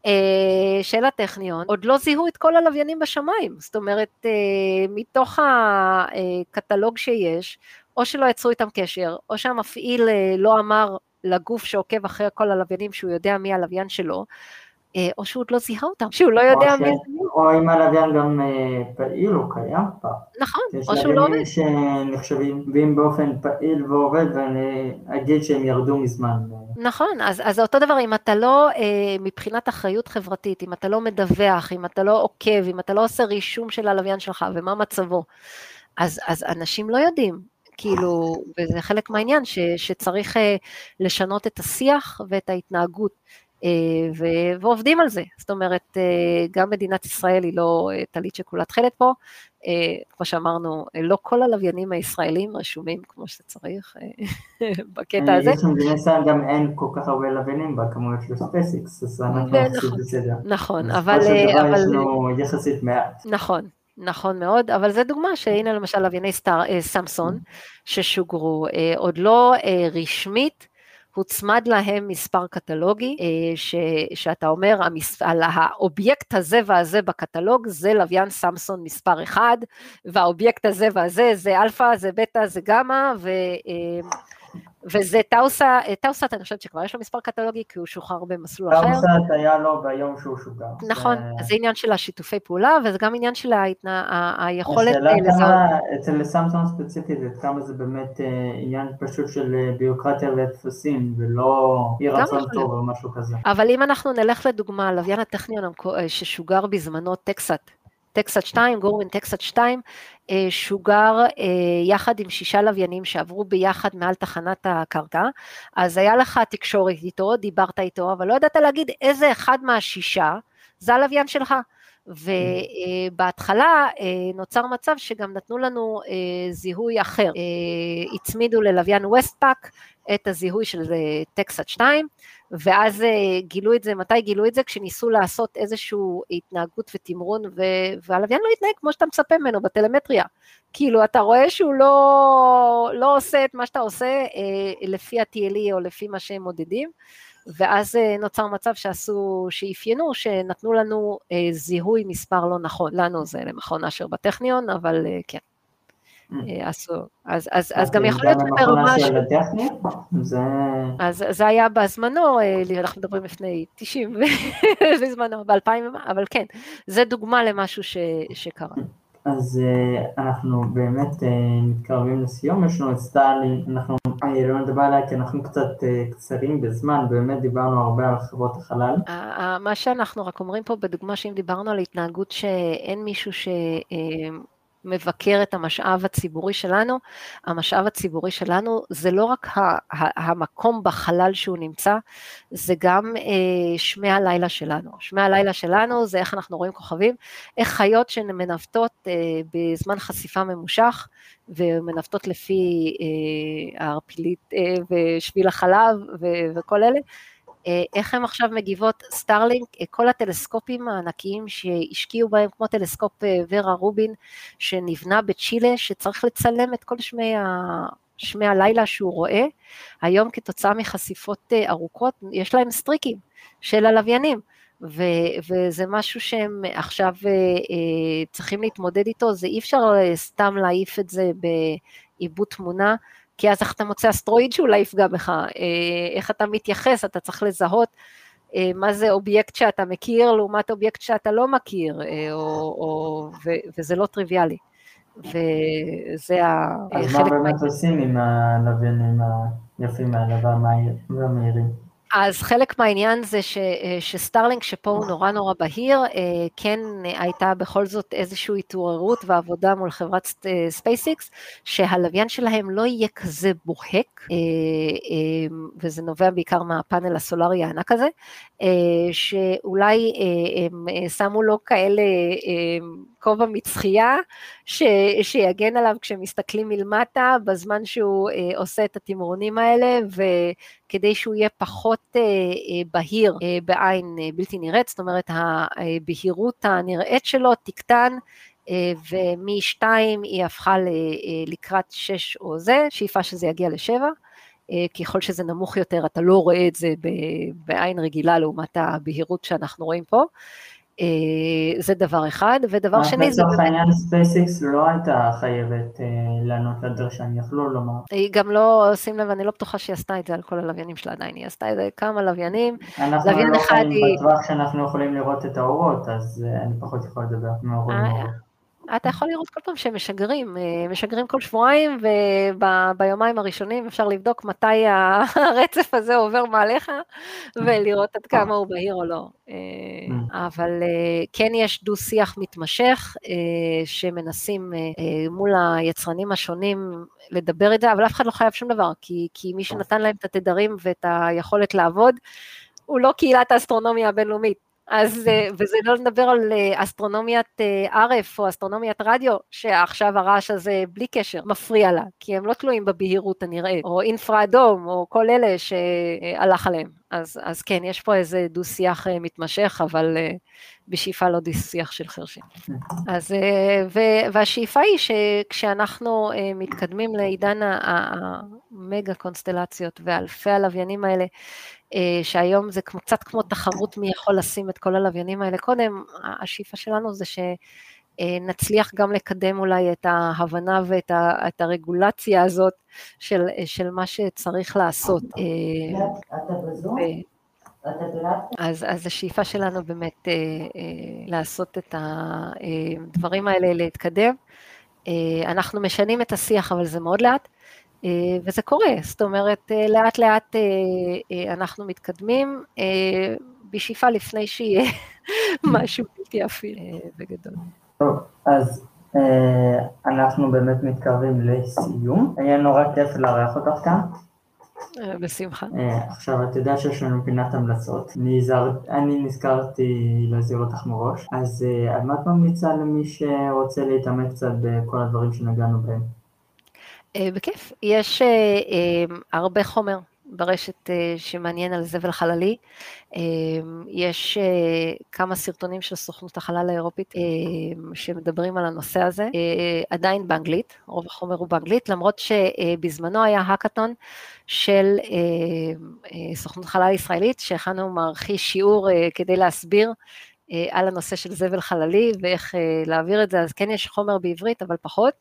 של הטכניון, עוד לא זיהו את כל הלוויינים בשמיים, זאת אומרת, מתוך הקטלוג שיש, או שלא יצרו איתם קשר, או שהמפעיל לא אמר לגוף שעוקב אחרי כל הלוויינים, שהוא יודע מי הלוויין שלו, או שהוא עוד לא זיהה אותם, שהוא לא יודע מי זה. או אם הלוויין גם פעיל או קיים פעם. נכון, או שהוא לא עובד. יש לוויינים שנחשבים, ואם באופן פעיל ועובד, ואני אגיד שהם ירדו מזמן. נכון, אז זה אותו דבר, אם אתה לא, מבחינת אחריות חברתית, אם אתה לא מדווח, אם אתה לא עוקב, אם אתה לא עושה רישום של הלוויין שלך, ומה מצבו, אז אנשים לא יודעים, כאילו, וזה חלק מהעניין, שצריך לשנות את השיח ואת ההתנהגות, ועובדים על זה, זאת אומרת, גם מדינת ישראל היא לא טלית שכולה תכלת פה, כמו שאמרנו, לא כל הלוויינים הישראלים רשומים כמו שצריך בקטע הזה. יש במדינת ישראל גם אין כל כך הרבה לוויינים בכמויות של ספייסיקס, אז אנחנו יחסית בסדר. נכון, אבל יש לנו יחסית מעט. נכון מאוד, אבל זה דוגמה שהנה למשל לווייני סמסון ששוגרו, עוד לא רשמית, הוצמד להם מספר קטלוגי, שאתה אומר, על האובייקט הזה והזה בקטלוג, זה לוויין סמסון מספר 1, והאובייקט הזה והזה, זה אלפא, זה בטא, זה גמא, וזה טאוסט, אני חושבת שכבר יש לו מספר קטלוגי, כי הוא שוחרר במסלול אחר. טאוסט היה לו ביום שהוא שוגר. נכון, אז זה עניין של השיתופי פעולה, וזה גם עניין של היכולת לזהות. אצל סמסונג ספציפית, עד כמה זה באמת עניין פשוט של ביורוקרטיה ודפוסים, ולא אי רצון טוב או משהו כזה. אבל אם אנחנו נלך לדוגמה, לוויין הטכניון ששוגר בזמנו טקסט 2, גורמן טקסט 2, שוגר יחד עם 6 לוויינים שעברו ביחד מעל תחנת הקרקע, אז היה לך תקשורת איתו, דיברת איתו, אבל לא ידעת להגיד איזה אחד מה6 זה הלוויין שלך, ובהתחלה נוצר מצב שגם נתנו לנו זיהוי אחר, הצמידו ללוויין ווסטפאק את הזיהוי של טקסט 2, ואז גילו את זה, מתי גילו את זה? כשניסו לעשות איזושהי התנהגות ותמרון, והלוויין לא התנהג כמו שאתה מצפה ממנו בטלמטריה, כאילו אתה רואה שהוא לא עושה את מה שאתה עושה לפי ה-TLE או לפי מה שהם מודדים, ואז נוצר מצב שאפיינו, שנתנו לנו זיהוי מספר לא נכון, לנו זה למכון אשר בטכניון, אבל כן. אז גם יכול להיות ברמה של... אז זה היה בזמנו, אנחנו מדברים לפני 90 בזמנו, ב-2000, אבל כן, זה דוגמה למשהו שקרה. אז אנחנו באמת מתקרבים לסיום, יש לנו את סטארלינק, אנחנו לא נדבר עליה כי אנחנו קצת קצרים בזמן, באמת דיברנו הרבה על חברות החלל. מה שאנחנו רק אומרים פה בדוגמה שאם דיברנו על התנהגות שאין מישהו מבקר את המשאב הציבורי שלנו, המשאב הציבורי שלנו זה לא רק המקום בחלל שהוא נמצא, זה גם שמי הלילה שלנו. שמי הלילה שלנו זה איך אנחנו רואים כוכבים, איך חיות שמנווטות בזמן חשיפה ממושך, ומנווטות לפי הערפילית ושביל החלב וכל אלה, איך הם עכשיו מגיבות סטארלינק, כל הטלסקופים הענקיים שהשקיעו בהם, כמו טלסקופ ורה רובין, שנבנה בצ'ילה, שצריך לצלם את כל שמי הלילה שהוא רואה, היום כתוצאה מחשיפות ארוכות, יש להם סטריקים של הלוויינים, וזה משהו שהם עכשיו צריכים להתמודד איתו, זה אי אפשר סתם להעיף את זה בעיבוד תמונה, כי אז איך אתה מוצא אסטרואיד שאולי יפגע בך, איך אתה מתייחס, אתה צריך לזהות מה זה אובייקט שאתה מכיר, לעומת אובייקט שאתה לא מכיר, וזה לא טריוויאלי, וזה החלק... אז מה באמת עושים עם הלוויינים היפים האלה והמהירים? אז חלק מהעניין זה שסטארלינק שפה הוא נורא נורא בהיר, כן הייתה בכל זאת איזושהי התעוררות ועבודה מול חברת ספייסיקס, שהלוויין שלהם לא יהיה כזה בוהק, וזה נובע בעיקר מהפאנל הסולרי הענק הזה, שאולי הם שמו לו כאלה כובע מצחייה, שיגן עליו כשמסתכלים מלמטה, בזמן שהוא עושה את התמרונים האלה, וכדי שהוא יהיה פחות בהיר בעין בלתי נראית, זאת אומרת, הבהירות הנראית שלו תקטן, ומ-2 היא הפכה לקראת 6 או זה, שאיפה שזה יגיע ל7, ככל שזה נמוך יותר, אתה לא רואה את זה בעין רגילה, לעומת הבהירות שאנחנו רואים פה, זה דבר אחד, ודבר שני זה... לצורך העניין ספייסיקס לא הייתה חייבת לענות לדרשה, הם יכלו לומר. היא גם לא, שים לב, אני לא בטוחה שהיא עשתה את זה על כל הלוויינים שלה עדיין, היא עשתה את זה כמה לוויינים. אנחנו לא חיים בטווח שאנחנו יכולים לראות את האורות, אז אני פחות יכול לדבר מהאורות. אתה יכול לראות כל פעם שהם משגרים כל שבועיים, וביומיים הראשונים אפשר לבדוק מתי הרצף הזה עובר מעליך, ולראות עד כמה הוא בהיר או לא. אבל כן יש דו שיח מתמשך, שמנסים מול היצרנים השונים לדבר את זה, אבל אף אחד לא חייב שום דבר, כי מי שנתן להם את התדרים ואת היכולת לעבוד, הוא לא קהילת האסטרונומיה הבינלאומית. אז, וזה לא לדבר על אסטרונומיית ערף או אסטרונומיית רדיו, שעכשיו הרעש הזה בלי קשר מפריע לה, כי הם לא תלויים בבהירות הנראית, או אינפרה אדום, או כל אלה שהלך עליהם. אז כן, יש פה איזה דו שיח מתמשך, אבל בשאיפה לא דו שיח של חרשים. אז, והשאיפה היא שכשאנחנו מתקדמים לעידן המגה קונסטלציות ואלפי הלוויינים האלה, שהיום זה קצת כמו תחרות מי יכול לשים את כל הלוויינים האלה קודם, השאיפה שלנו זה נצליח גם לקדם אולי את ההבנה ואת הרגולציה הזאת של מה שצריך לעשות. אז השאיפה שלנו באמת לעשות את הדברים האלה, להתקדם. אנחנו משנים את השיח, אבל זה מאוד לאט, וזה קורה, זאת אומרת, לאט לאט אנחנו מתקדמים, בשאיפה לפני שיהיה משהו בלתי הפיל וגדול. טוב, אז אנחנו באמת מתקרבים לסיום. היה נורא כיף לארח אותך כאן. בשמחה. עכשיו, את יודעת שיש לנו פינת המלצות. אני נזכרתי להזהיר אותך מראש, אז על מה את ממליצה למי שרוצה להתעמק קצת בכל הדברים שנגענו בהם? בכיף. יש הרבה חומר ברשת שמעניין על זבל חללי. יש כמה סרטונים של סוכנות החלל האירופית שמדברים על הנושא הזה, עדיין באנגלית, רוב החומר הוא באנגלית, למרות שבזמנו היה האקתון של סוכנות חלל ישראלית, שהכנו מערכי שיעור כדי להסביר על הנושא של זבל חללי ואיך להעביר את זה, אז כן יש חומר בעברית, אבל פחות.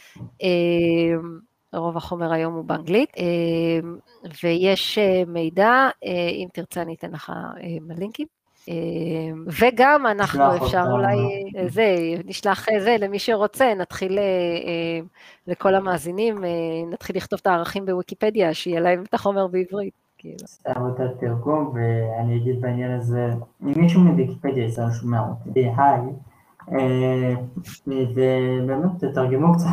רוב החומר היום הוא באנגלית, ויש מידע, אם תרצה אני אתן לך לינקים, וגם אנחנו אפשר אולי, נשלח זה למי שרוצה, נתחיל לכל המאזינים, נתחיל לכתוב את הערכים בוויקיפדיה, שיהיה להם את החומר בעברית. סתם אותה תרגום, ואני אגיד בעניין הזה, אם מישהו מוויקיפדיה יצא שומע אותי, היי, ובאמת תתרגמו קצת.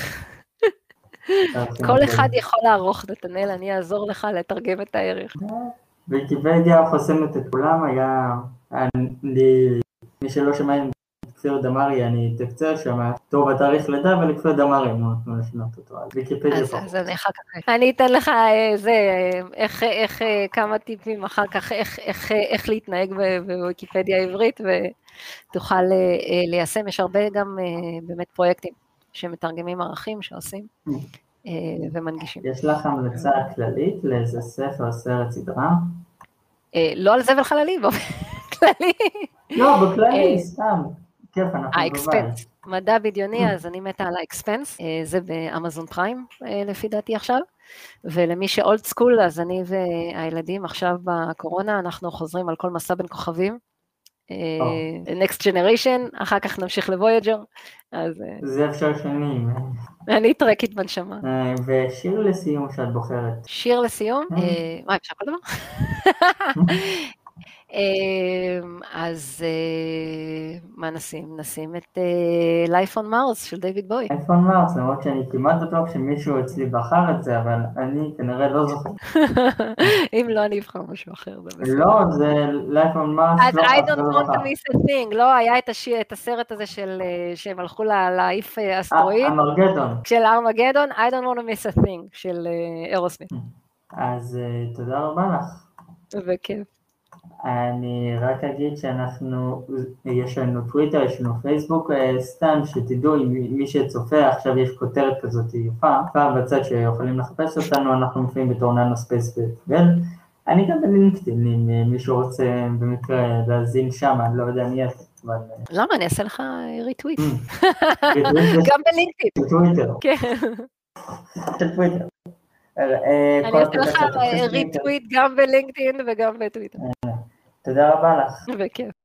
כל אחד יכול לערוך, נתנאל, אני אעזור לך לתרגם את הערך. ויקיפדיה חוסמת את כולם, היה, מי שלא שמע עם כפיר דמרי, אני תקצר שם, טוב התאריך לידה, ולכפיר דמרי, נתנו לשנות אותו, אז ויקיפדיה פחות. אז אני אחר כך, אני אתן לך איך כמה טיפים אחר כך, איך להתנהג בוויקיפדיה העברית, ותוכל ליישם, יש הרבה גם באמת פרויקטים. שמתרגמים ערכים שעושים ומנגישים. יש לך המלצה כללית לאיזה ספר או סרט סדרה? לא על זבל חללי, באופן כללי. לא, בכללי, סתם. כיף, אנחנו בבית. האקספנס, מדע בדיוני, אז אני מתה על האקספנס, זה באמזון פריים לפי דעתי עכשיו, ולמי שאולד סקול, אז אני והילדים עכשיו בקורונה, אנחנו חוזרים על כל מסע בין כוכבים, Next Generation, אחר כך נמשיך לוויג'ר. זה אפשר שנים. אני טרקית בנשמה. ושיר לסיום שאת בוחרת. שיר לסיום? מה, אפשר כל דבר? אז מה נשים? נשים את Life on Mars של דיוויד בוי. Life on Mars, למרות שאני כמעט בטוח שמישהו אצלי בחר את זה, אבל אני כנראה לא זוכר. אם לא, אני אבחר משהו אחר. לא, זה Life on Mars. אז I don't want to miss a thing. לא, היה את הסרט הזה שהם הלכו להעיף אסטרואיד. ארמגדון. של ארמגדון, I don't want to miss a thing של אירוסמית. אז תודה רבה לך. וכיף. אני רק אגיד שאנחנו, יש לנו טוויטר, יש לנו פייסבוק, סתם שתדעו, מי שצופה, עכשיו יש כותרת כזאת יפה, פעם בצד שיכולים לחפש אותנו, אנחנו מופיעים בתור ננו ספייס וטוויל, אני גם בלינקדאין, אם מישהו רוצה במקרה להזין שם, אני לא יודע מי את, אבל... למה? אני אעשה לך ריטוויט. גם בלינקדאין. בטוויטר. כן. של טוויטר. אני אעשה לך ריטוויט גם בלינקדאין וגם בטוויטר. תודה רבה לך. בכיף.